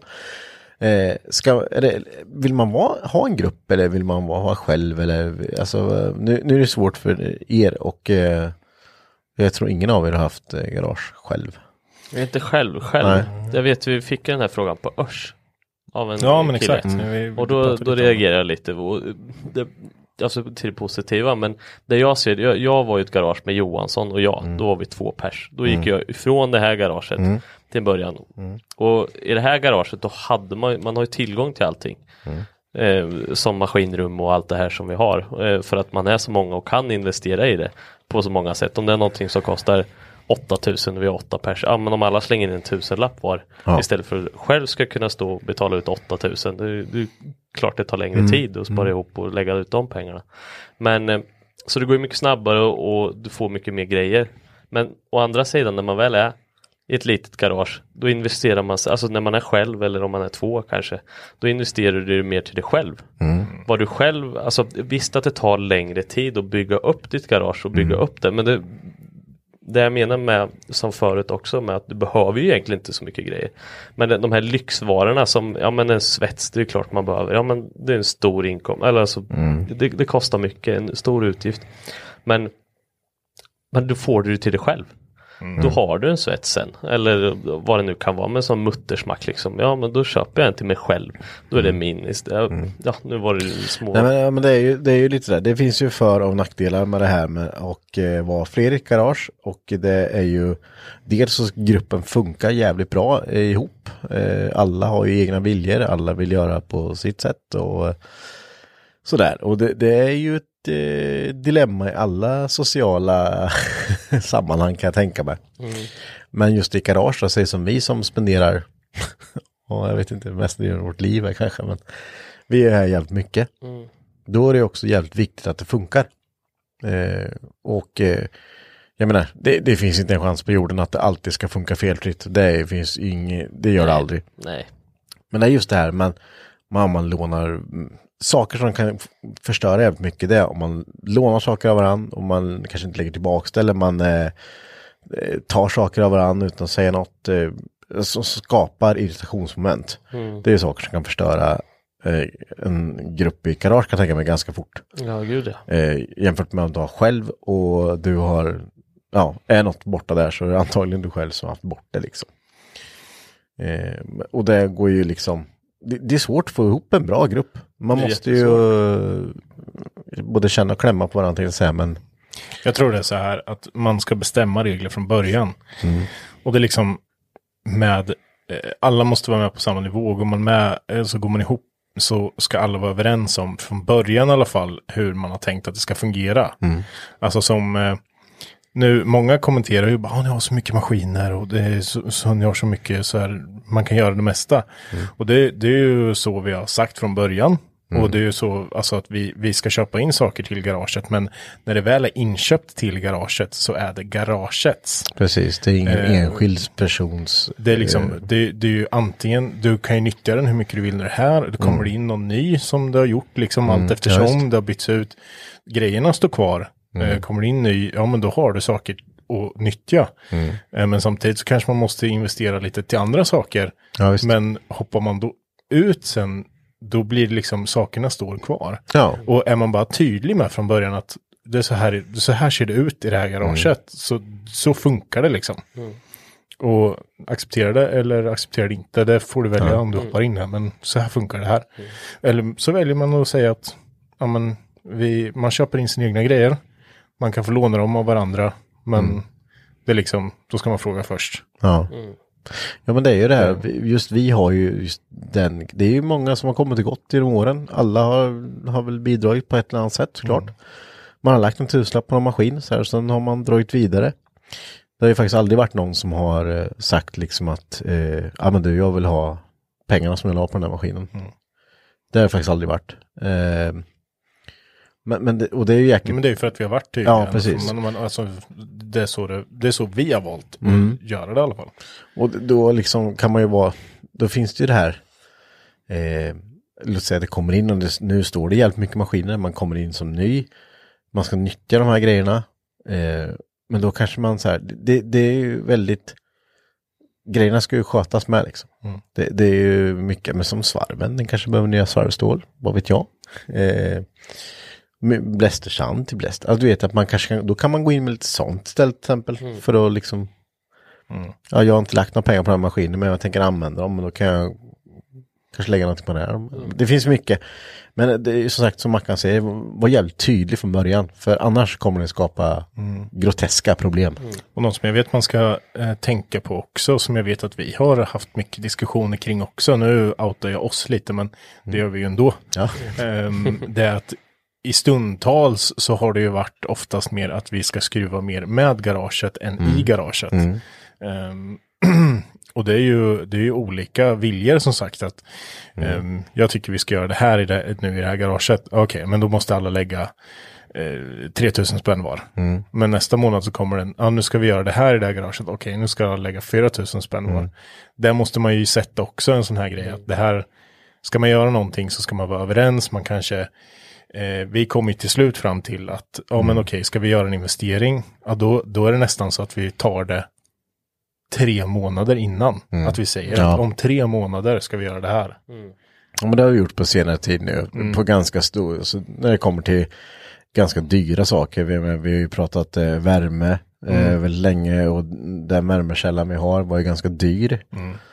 Vill man ha en grupp eller vill man ha själv? Eller, alltså, nu är det svårt för er och jag tror ingen av er har haft garage själv. Jag är inte själv. Nej. Jag vet vi fick den här frågan på Örs. Av en men kille. exakt. Och då reagerar jag lite. Alltså till det positiva, men det jag ser, jag var i ett garage med Johansson och då var vi 2 pers. Då gick jag ifrån det här garaget till början. Och i det här garaget då hade man har ju tillgång till allting. Som maskinrum och allt det här som vi har. För att man är så många och kan investera i det på så många sätt. Om det är någonting som kostar 8000 vid 8 pers. Ja, men om alla slänger in en 1000-lapp var istället för att själv ska kunna stå och betala ut 8000. Det är klart det tar längre tid att spara ihop och lägga ut de pengarna. Men så det går ju mycket snabbare och du får mycket mer grejer. Men å andra sidan när man väl är i ett litet garage, då investerar man, alltså när man är själv eller om man är 2 kanske, då investerar du mer till dig själv. Var du själv, alltså visst att det tar längre tid att bygga upp ditt garage och bygga upp det, men det jag menar med, som förut också, med att du behöver ju egentligen inte så mycket grejer. Men de här lyxvarorna som, ja men en svets, det är klart man behöver. Ja men det är en stor inkomst. Eller alltså, det kostar mycket, en stor utgift. Men då får du det till dig själv. Då har du en svets sen. Eller vad det nu kan vara, med som muttersmack liksom. Ja men då köper jag en till mig själv. Då är det min istället. Ja, nu var det små. Nej, men det är ju lite där. Det finns ju för- och nackdelar med det här med att vara fler i ett garage. Och det är ju dels så gruppen funkar jävligt bra ihop. Alla har ju egna viljor. Alla vill göra på sitt sätt och sådär. Och det är ju ett dilemma i alla sociala sammanhang kan jag tänka mig. Men just i garage då, säg som vi som spenderar och jag vet inte, mest i vårt liv här, kanske, men vi är här jävligt mycket. Då är det också jävligt viktigt att det funkar. Jag menar, det finns inte en chans på jorden att det alltid ska funka felfritt. Det gör det aldrig. Nej. Men det är just det här, man lånar saker som kan förstöra jävligt mycket. Det om man lånar saker av varandra och man kanske inte lägger tillbaka det, eller man tar saker av varandra utan att säga något som skapar irritationsmoment. Det är saker som kan förstöra en grupp i garage, kan jag tänka mig, ganska fort. Ja, gud ja. Jämfört med att du har själv och du har, är något borta där, så är det antagligen du själv som har haft bort det liksom. Och det går ju liksom, det är svårt att få ihop en bra grupp. Man måste ju både känna och klämma på varandra, till att säga, men jag tror det är så här att man ska bestämma regler från början. Och det är liksom med alla måste vara med på samma nivå. Går man med, så går man ihop, så ska alla vara överens om från början i alla fall hur man har tänkt att det ska fungera. Alltså som nu, många kommenterar ju bara, ni har så mycket maskiner och det är så ni har så mycket så här, man kan göra det mesta. Och det är ju så vi har sagt från början. Och det är ju så, alltså, att vi ska köpa in saker till garaget, men när det väl är inköpt till garaget så är det garagets. Precis, det är ingen enskild persons. Det är liksom, det är ju antingen, du kan ju nyttja den hur mycket du vill när det här, det kommer in någon ny som du har gjort liksom allt eftersom det har bytts ut. Grejerna står kvar, kommer det in ny, ja men då har du saker att nyttja. Men samtidigt så kanske man måste investera lite till andra saker. Ja, men hoppar man då ut sen, då blir det liksom, sakerna står kvar. Ja. Och är man bara tydlig med från början att det är så här ser det ut i det här garaget, så funkar det liksom. Och acceptera det eller acceptera det inte, det får du välja om du hoppar in här, men så här funkar det här. Eller så väljer man att säga att ja, men man köper in sina egna grejer, man kan få låna dem av varandra, men det är liksom, då ska man fråga först. Ja. Ja, men det är ju det här, just vi har ju just den, det är ju många som har kommit och gått genom åren, alla har väl bidragit på ett eller annat sätt, såklart. Man har lagt en 1000-lapp på en maskin, så här, sen har man dragit vidare. Det har ju faktiskt aldrig varit någon som har sagt liksom att ja men du, jag vill ha pengarna som jag la på den här maskinen. Det har faktiskt aldrig varit. Men det är ju jäkligt. Men det är ju för att vi har varit tydliga. Ja, precis. Alltså, det är så vi har valt att göra det i alla fall. Och då liksom kan man ju vara, då finns det ju det här, låt säga att det kommer in och nu står det jävligt mycket maskiner, man kommer in som ny, man ska nyttja de här grejerna, Men då kanske man så här, det är ju väldigt, grejerna ska ju skötas med liksom. Det är ju mycket, men som svarven, den kanske behöver nya svarvstål, vad vet jag. Blästersand till bläster. Alltså du vet att man kanske då kan man gå in med lite sånt istället till exempel. För att liksom ja, jag har inte lagt några pengar på den här maskinen, men jag tänker använda dem, och då kan jag kanske lägga något på det här. Det finns mycket. Men det är som sagt, som man kan säga, var jävligt tydlig från början. För annars kommer det skapa groteska problem. Och något som jag vet man ska tänka på också, som jag vet att vi har haft mycket diskussioner kring också. Nu outar jag oss lite, men det gör vi ju ändå. Ja. Det är att i stundtals så har det ju varit oftast mer att vi ska skruva mer med garaget än i garaget. Och det är ju olika viljor som sagt att jag tycker vi ska göra det här nu i det här garaget. Okej, men då måste alla lägga 3000 spänn var. Men nästa månad så kommer den, nu ska vi göra det här i det här garaget. Okej, nu ska jag lägga 4000 spänn var. Där måste man ju sätta också en sån här grej att det här, ska man göra någonting så ska man vara överens. Man kanske, vi kommer till slut fram till att men okej, ska vi göra en investering? Ja, då är det nästan så att vi tar det 3 månader innan. Att vi säger att om 3 månader ska vi göra det här. Ja, men det har vi gjort på senare tid nu. På ganska stor, så när det kommer till ganska dyra saker. Vi har ju pratat värme väldigt länge, och den värmekällan vi har var ju ganska dyr.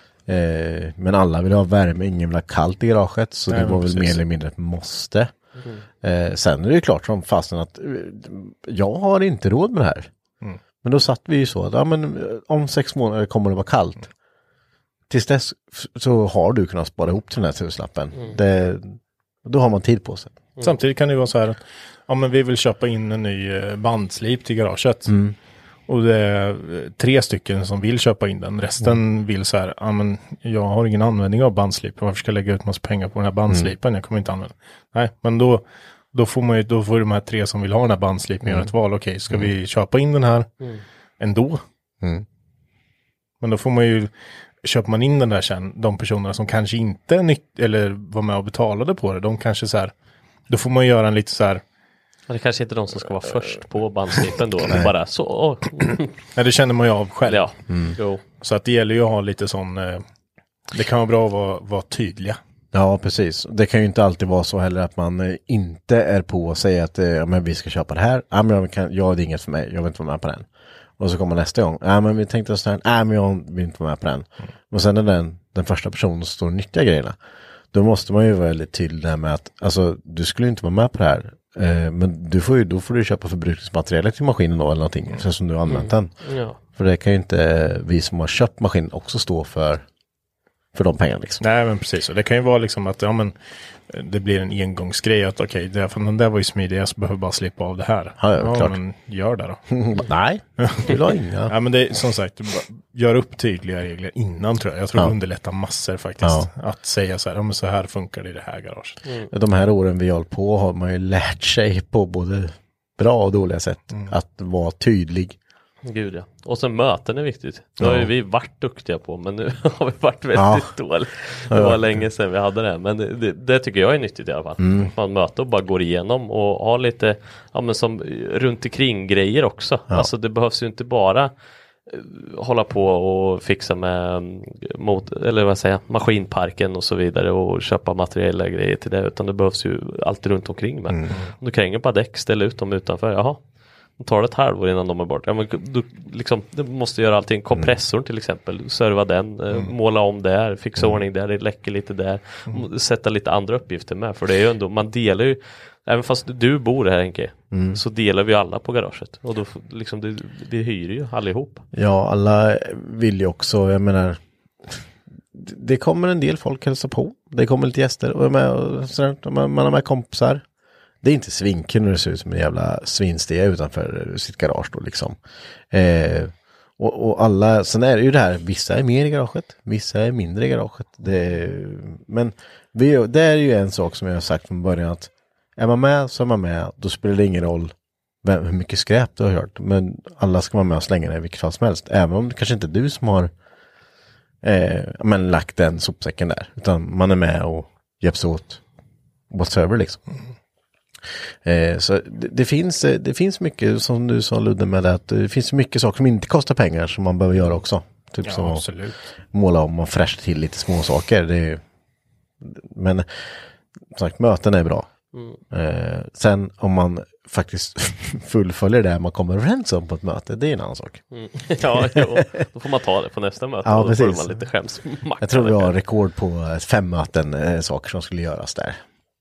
Men alla vill ha värme, ingen vill ha kallt i garaget, så det var väl mer eller mindre ett måste. Sen är det ju klart som fasen att jag har inte råd med det här. Men då satt vi ju så att om 6 månader kommer det vara kallt. Tills dess så har du kunnat spara ihop till den här tusenlappen. Då har man tid på sig. Samtidigt kan det vara så här att men vi vill köpa in en ny bandslip till garaget. Och det är 3 stycken som vill köpa in den. Resten vill så här, men jag har ingen användning av bandslipen. Varför ska jag lägga ut massa pengar på den här bandslipen? Jag kommer inte använda. Nej, men då får de här 3 som vill ha den här bandslipen göra ett val. Okej, ska vi köpa in den här ändå? Men då får man ju, köper man in den där sen, de personerna som kanske inte eller var med och betalade på det, de kanske så här, då får man göra en lite så här. Det kanske inte är de som ska vara först på bandslipen då, men bara så. Nej, det känner man ju av själv. Ja. Så att det gäller ju att ha lite sån, det kan vara bra att vara tydliga. Ja, precis. Det kan ju inte alltid vara så heller att man inte är på att säga att men vi ska köpa det här. Men det är inget för mig. Jag vill inte vara med på den. Och så kommer nästa gång. Men vi tänkte så här. Men jag vill inte vara med på den. Och sen är den första personen som står och nyttjar grejerna. Då måste man ju vara väldigt tydlig där med att alltså, du skulle inte vara med på det här. Men då får du köpa förbrukningsmaterialet till maskinen då eller någonting. Så som du har använt den. Ja. För det kan ju inte vi som har köpt maskinen också stå för de pengarna liksom. Nej, men precis. Och det kan ju vara liksom att det blir en engångsgrej att okej, den där var ju smidig, jag behöver bara slippa av det här. Ja, klart. Men gör det då. Nej, du vill ha inga. Ja, men det är som sagt, gör upp tydliga regler innan tror jag. Jag tror det underlättar massor faktiskt. Att säga så här, men så här funkar det i det här garaget. De här åren vi har hållit på har man ju lärt sig på både bra och dåliga sätt att vara tydlig. Gud ja. Och sen möten är viktigt. Det har ju vi varit duktiga på, men nu har vi varit väldigt dåliga. Det var länge sedan vi hade det. Men det tycker jag är nyttigt i alla fall. Man möter och bara går igenom och har lite men som runt omkring grejer också. Alltså det behövs ju inte bara hålla på och fixa med maskinparken och så vidare och köpa materiella grejer till det, utan det behövs ju allt runt omkring med. Om du kränger på däck, ställa ut dem utanför. Jaha. Tar det ett halvår innan de är bort. Ja, men du måste göra allting. Kompressorn till exempel. Serva den. Måla om där. Fixa ordning där. Det läcker lite där. Sätta lite andra uppgifter med. För det är ju ändå, man delar ju, även fast du bor här Henke, så delar vi alla på garaget. Och då vi hyr ju allihop. Ja, alla vill ju också, jag menar, det kommer en del folk hälsa på. Det kommer lite gäster och man har med kompisar. Det är inte svinkul när det ser ut som en jävla svinstiga utanför sitt garage då liksom. Och alla, sen är det ju det här, vissa är mer i garaget, vissa är mindre i garaget. Men det är ju en sak som jag har sagt från början, att är man med så är man med, då spelar det ingen roll hur mycket skräp du har hört. Men alla ska vara med och slänga det i vilket fall som helst. Även om det kanske inte är du som har lagt den sopsäcken där, utan man är med och hjälps åt whatsoever liksom. Så det finns mycket, som du sa Ludde, med att det finns mycket saker som inte kostar pengar som man behöver göra också. Typ som absolut. Att måla om och fräscha till lite små saker. Men som sagt, möten är bra. Sen om man faktiskt fullföljer det man kommer överens om på ett möte, det är en annan sak. Ja, då får man ta det på nästa möte. Ja, och då precis. får man lite skämsmacka. Jag tror vi har rekord på 5 möten, saker som skulle göras där.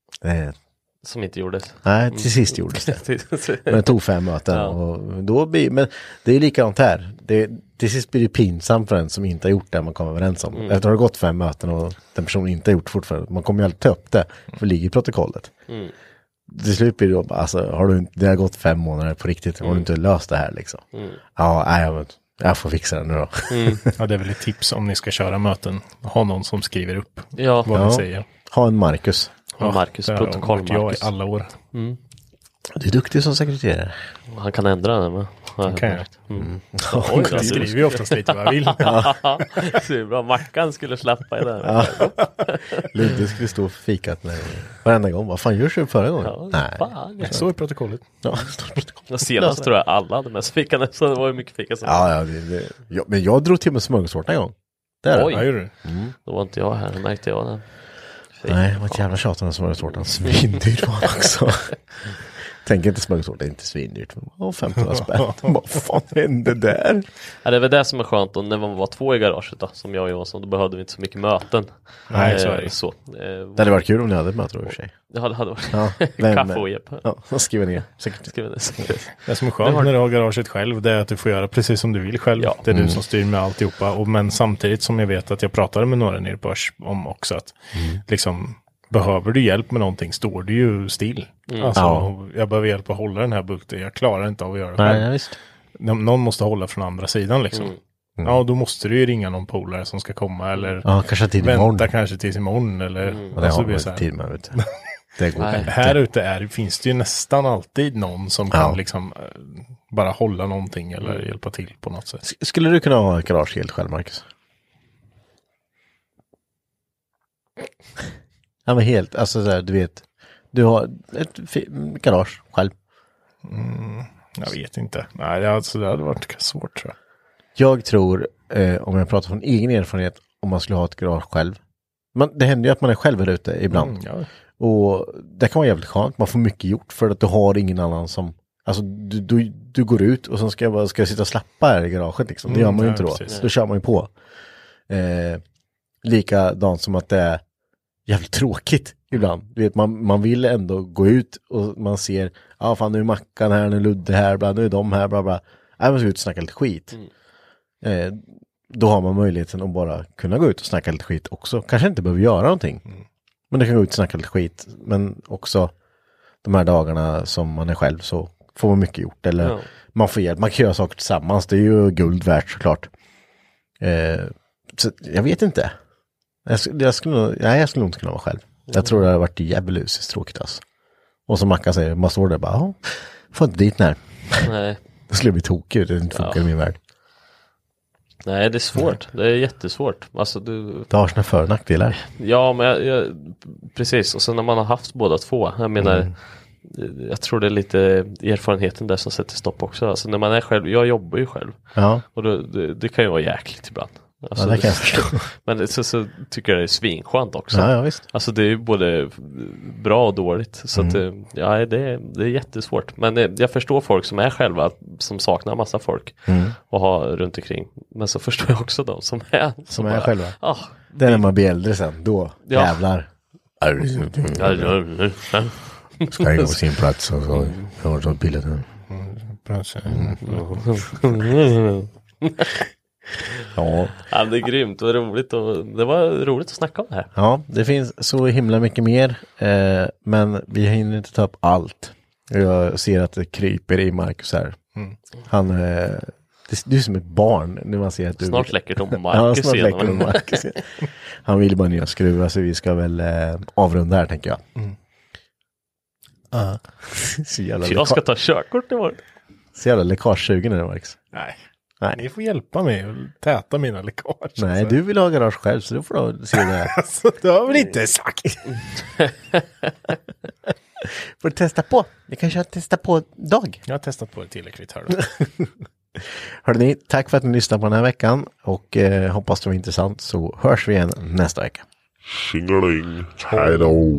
Som inte gjordes. Nej, till sist gjordes det. Men det tog 5 möten. Ja. Och då men det är likadant här. Till sist blir det pinsamt för den som inte har gjort det man kommer överens om. Efter att det har gått 5 möten och den personen inte har gjort fortfarande. Man kommer ju alltid ta upp det. För det ligger i protokollet. Till slut blir det då, alltså, det har gått 5 månader på riktigt. Har du inte löst det här liksom? Ja, jag får fixa det nu då. Ja, det är väl ett tips om ni ska köra möten. Ha någon som skriver upp vad ni säger. Ha en Marcus. Marcus, protokoll Marcus. Jag i alla år. Du är duktig som sekreterare. Han kan ändra den, va? Han kan jag. Jag skriver ju oftast lite vad jag vill. Det är bra. Mackan skulle slappa i det. Ludde skulle stå för fikat varenda gång. Vad fan görs du förra gången? Ja, nej. Fan, så i protokollet. Ja, senast tror jag alla hade mest fikande, så det var ju mycket fika. Men jag drog till med smörgåstårta en gång. Oj, gjorde du? Då var inte jag här, märkte jag det. Nej, det var ett jävla tjat om smörgåstårtan. Svindyrt var det också. Tänk inte smörgåstårta, inte svindyrt. 15 spänn. Vad fan hände där? Ja, det är väl det som är skönt då, när man var 2 i garaget då, som jag och Johansson, då behövde vi inte så mycket möten. Nej, så är det. Så, det hade varit kul om ni hade ett möte då i och för sig. Det hade varit. Ja, kaffe och hjälp. Ja, skriva ner. Det som är skönt när du har garaget själv, det är att du får göra precis som du vill själv. Ja. Det är du som styr med alltihopa. Men samtidigt som jag vet att jag pratade med några nere på Börs om också att liksom, behöver du hjälp med någonting står du ju still. Alltså, jag behöver hjälp att hålla den här bulten. Jag klarar inte av att göra det själv. Nej, visst. Någon måste hålla från andra sidan liksom. Ja, då måste du ju ringa någon polare som ska komma eller kanske till vänta imorgon. Kanske tills imorgon eller det har man inte tid med, vet du. Det går här ute finns det ju nästan alltid någon som kan liksom bara hålla någonting eller hjälpa till på något sätt. Skulle du kunna ha ett garage helt själv, Marcus? Ja, men helt, alltså så här, du vet, du har ett garage själv. Jag vet inte. Nej, alltså det hade varit svårt, tror jag. Jag tror, om jag pratar från egen erfarenhet, om man skulle ha ett garage själv. Det händer ju att man är själv här ute ibland. Och det kan vara jävligt skönt. Man får mycket gjort för att du har ingen annan som... Alltså du går ut och så ska jag sitta och slappa här i garaget liksom. Det gör man ju inte då. Precis. Då kör man ju på. Likadant som att det är jävligt tråkigt ibland. Du vet, man vill ändå gå ut och man ser, fan nu är Mackan här, nu är Ludde här, bla, nu är de här, bla bla. Man ska ut och snacka lite skit. Då har man möjligheten att bara kunna gå ut och snacka lite skit också. Kanske inte behöver göra någonting. Men det kan gå ut och snacka lite skit. Men också de här dagarna som man är själv så får man mycket gjort. Eller man får hjälp, man kan göra saker tillsammans. Det är ju guld värt såklart. Så jag vet inte. Jag skulle nog inte kunna vara själv. Jag tror det har varit jävligt tråkigt alltså. Och som Mackan säger, man står där bara, får inte dit när. Nej. Det skulle bli tokigt, det inte funkar i min värld. Nej, det är svårt. Det är jättesvårt. Alltså, det har sina för- och nackdelar. Ja, men precis. Och sen när man har haft båda två. Jag menar, jag tror det är lite erfarenheten där som sätter stopp också. Alltså när man är själv, jag jobbar ju själv. Ja. Och det kan ju vara jäkligt ibland. Alltså, det kan jag förstå. Men så tycker jag det är svinskönt också. Ja, visst. Alltså det är ju både bra och dåligt. Så att, det är jättesvårt. Men jag förstår folk som är själva, som saknar massa folk och har runt omkring. Men så förstår jag också de som är bara, själva. Det är när man blir äldre sen, då jävlar. Ska jag gå på sin plats och så har jag bildet nu. Ja, det är grymt och roligt och det var roligt att snacka om det här. Ja, det finns så himla mycket mer, men vi hinner inte ta upp allt. Jag ser att det kryper i Marcus här. Han du är som ett barn när man ser att du... Snart läcker de Marcus igen. Marcus. Han vill bara nya skruvar, så vi ska väl avrunda här, tänker jag. Jag ska ta körkort i år. Så jävla läckagesugen är det, Marcus. Nej. Ni får hjälpa mig att täta mina läckage. Nej, du vill ha garage själv, så då får du se det. Alltså, det har väl inte sagt. Får du testa på? Jag kanske har testat på dag. Jag har testat på det tillräckligt här då. Hörrni, tack för att ni lyssnade på den här veckan. Och hoppas det var intressant, så hörs vi igen nästa vecka. Tjingeling, hej då!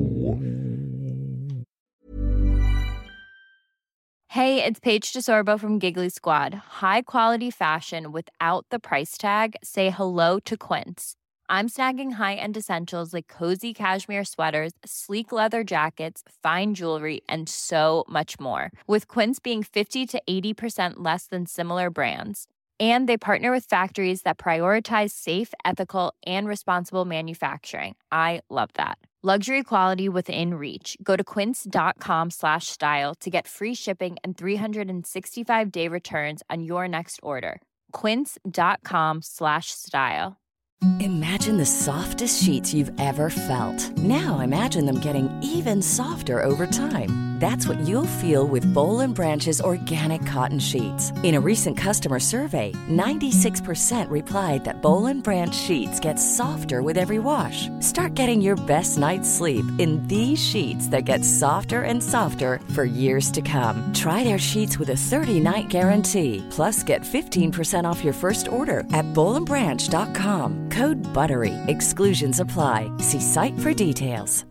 Hey, it's Paige DeSorbo from Giggly Squad. High quality fashion without the price tag. Say hello to Quince. I'm snagging high-end essentials like cozy cashmere sweaters, sleek leather jackets, fine jewelry, and so much more. With Quince being 50 to 80% less than similar brands. And they partner with factories that prioritize safe, ethical, and responsible manufacturing. I love that. Luxury quality within reach. Go to quince.com/style to get free shipping and 365-day returns on your next order. Quince.com/style. Imagine the softest sheets you've ever felt. Now imagine them getting even softer over time. That's what you'll feel with Boll & Branch's organic cotton sheets. In a recent customer survey, 96% replied that Boll & Branch sheets get softer with every wash. Start getting your best night's sleep in these sheets that get softer and softer for years to come. Try their sheets with a 30-night guarantee. Plus, get 15% off your first order at bollandbranch.com. Code BUTTERY. Exclusions apply. See site for details.